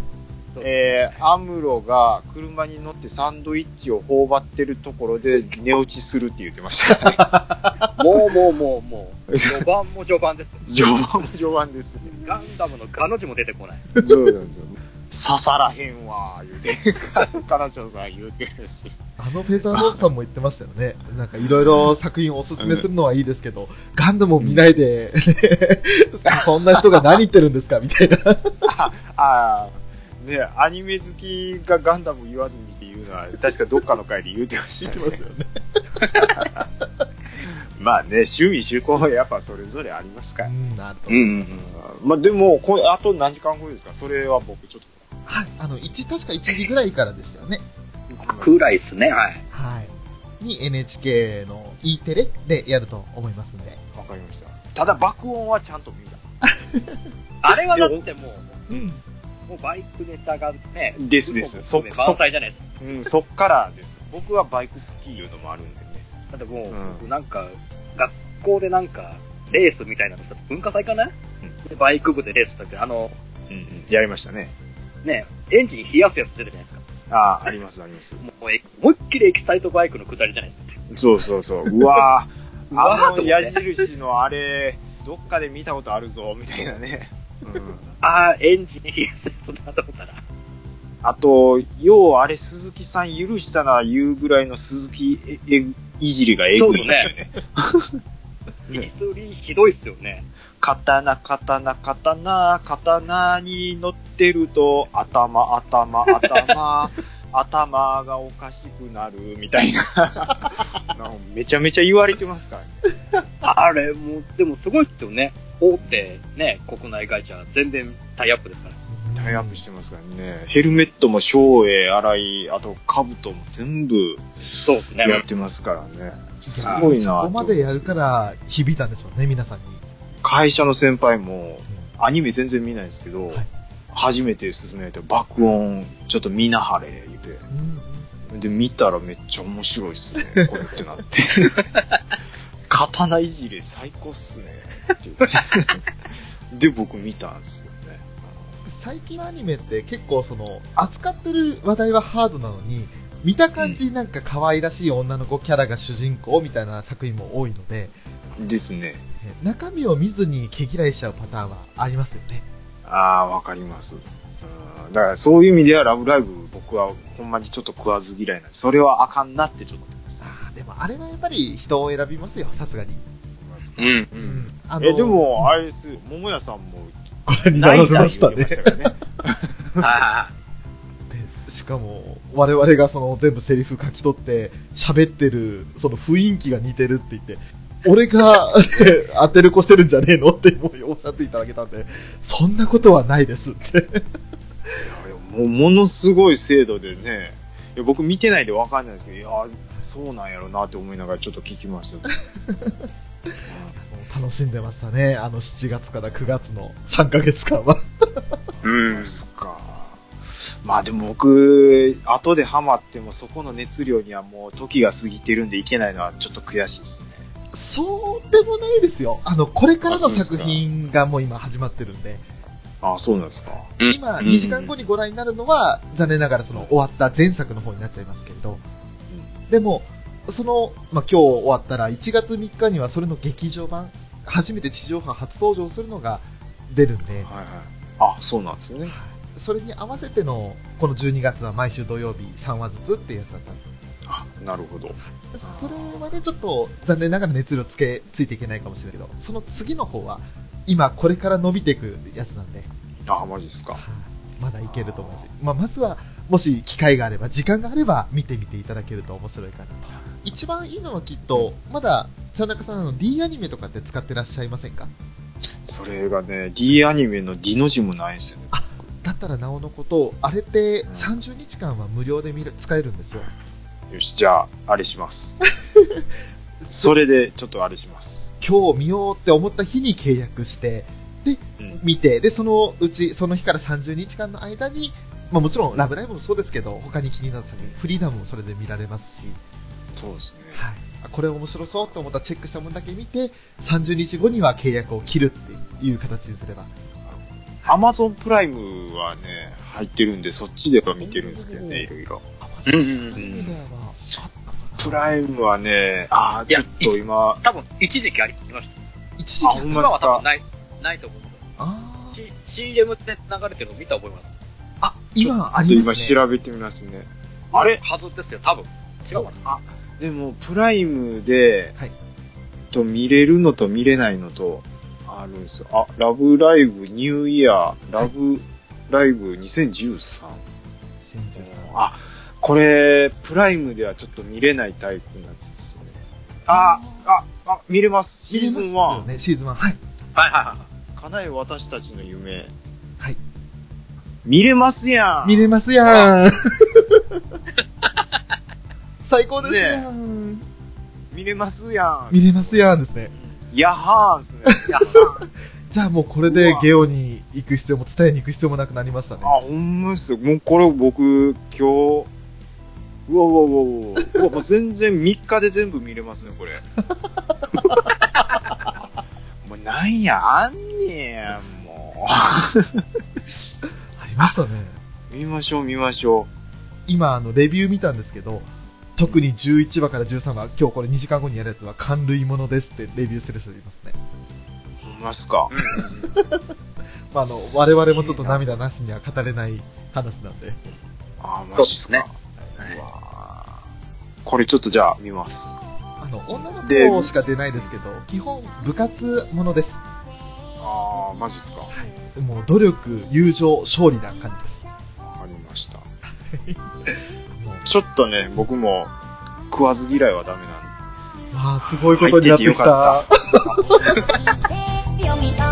アムロが車に乗ってサンドイッチを頬張ってるところで寝落ちするって言ってましたね。 もう、序盤も序盤です。 序盤も序盤ですね。 ガンダムのガの字も出てこない。 そうなんですよ。刺さらへんわー言うて、金賞さん言うてるし。 フェザーノートさんも言ってましたよね。なんかいろいろ作品をおすすめするのはいいですけど、ガンダムを見ないで、そんな人が何言ってるんですかみたいな。 ね、アニメ好きがガンダム言わずにして言うのは、確かどっかの回で言うてましたね。 知ってますよね。 まあね、趣味趣向はやっぱそれぞれありますから。 なるほど。 まあでも、あと何時間後ですか？それは僕ちょっと。 はい、確か1時ぐらいからでしたよね。 くらいっすね、はい。 はい。に NHK の E テレでやると思いますんで。 わかりました。ただ爆音はちゃんと見た。 あれはだってもう、もうバイクネタがね。 です。 満載じゃないですか。 そっからです。僕はバイク好きいうのもあるんでね。 だってもう、なんか、学校でなんか、レースみたいなのしたって文化祭かな、でバイク部でレースしたって、 やりましたね。 ね、エンジン冷やすやつ出てるじゃないですか。 あります。もう思いっきりエキサイトバイクの下りじゃないですか。 そう。うわぁ、矢印のあれ、どっかで見たことあるぞ、みたいなね。 エンジン冷やすやつだと思ったら。 あと、ようあれ鈴木さん許したな言うぐらいの鈴木いじりがえぐいんだよね。 ディスリーひどいっすよね。 刀に乗ってると頭がおかしくなるみたいなめちゃめちゃ言われてますからね。 あれもうでもすごいっすよね。大手ね国内会社全然タイアップですから。 タイアップしてますからね。ヘルメットも照英荒井、あと兜も全部やってますからね。すごいな。 そこまでやるから響いたんでしょうね、皆さんに。 会社の先輩もアニメ全然見ないんですけど、初めて勧められて爆音ちょっと見なはれ言うて、で見たらめっちゃ面白いっすねこれってなって刀いじり最高っすねって言ってで僕見たんですよね。 最近のアニメって結構扱ってる話題はハードなのに見た感じなんか可愛らしい女の子キャラが主人公みたいな作品も多いのでですね。 中身を見ずに毛嫌いしちゃうパターンはありますよね。 わかります。だからそういう意味ではラブライブ僕はほんまにちょっと食わず嫌いなんで、それはあかんなってちょっと思ってます。 でもあれはやっぱり人を選びますよ、さすがに。 でもあれです、桃屋さんもご覧になられましたね。しかも我々が全部セリフ書き取って喋ってるその雰囲気が似てるって言って、俺が当てる子してるんじゃねえのっておっしゃっていただけたんで、そんなことはないですってものすごい精度でね。いや僕見てないで分かんないですけど、いやそうなんやろなって思いながらちょっと聞きました、ね楽しんでましたね、7月から9月の3ヶ月間はそっか。まあでも僕後でハマってもそこの熱量にはもう時が過ぎてるんでいけないのはちょっと悔しいですね。 そうでもないですよ。これからの作品がもう今始まってるんで。 そうなんですか。 今2時間後にご覧になるのは残念ながら終わった前作の方になっちゃいますけれど、でも今日終わったら1月3日にはそれの劇場版、初めて地上波初登場するのが出るんで、 そうなんですよね。 それに合わせてのこの12月は毎週土曜日3話ずつっていうやつだったんで。 なるほど。 それはねちょっと残念ながら熱量ついていけないかもしれないけど、その次の方は今これから伸びていくやつなんで。 あ、マジっすか。 まだいけると思います。まずは、もし機会があれば、時間があれば見てみていただけると面白いかなと。一番いいのはきっと、まだ、茶中さんD アニメとかって使ってらっしゃいませんか？ それがね、D アニメの D の字もないんですよね。 だったらなおのこと、あれって30日間は無料で使えるんですよ。 よし、じゃあ、あれします。それで、ちょっとあれします。 今日見ようって思った日に契約して、で、見て、で、その日から30日間の間に、もちろん、ラブライブもそうですけど、他に気になった作品、フリーダムもそれで見られますし。 そうですね。 はい。これ面白そうと思ったらチェックしたものだけ見て、30日後には契約を切るっていう形にすれば。 アマゾンプライムはね、入ってるんで、そっちでは見てるんですけどね、いろいろ。プライムはね、ちょっと今。 多分、一時期ありました。 一時期今は多分ないと思う。CM って流れてるの見た覚えます。 今ありますね。 今調べてみますね。あれはずですよ、多分。違うかな。 でも、プライムで、見れるのと見れないのと、あるんですよ。ラブライブニューイヤー、ラブライブ2013。これ、プライムではちょっと見れないタイプのやつですね。見れます。シーズン1。 ね、シーズン1。はい。 叶え私たちの夢。 はい。 見れますやん。 見れますやん。最高ですやん。 見れますやん。 見れますやんですね。 やはーんですね。 じゃあもうこれでゲオに行く必要も、伝えに行く必要もなくなりましたね。 ほんまですよ。もうこれ僕、今日、もう全然3日で全部見れますね、これ。もうなんや、あんねや、もう。ありましたね。 見ましょう。 今、レビュー見たんですけど、特に11話から13話、今日これ2時間後にやるやつは感類ものですってレビューする人いますね。 ほんまっすか。 我々もちょっと涙なしには語れない話なんで。 マジっすか。これちょっとじゃあ見ます。 女の子しか出ないですけど、基本部活ものです。 マジっすか。 はい。もう努力、友情、勝利な感じです。 わかりました。ちょっとね、僕も食わず嫌いはダメなんで。 すごいことになってきた。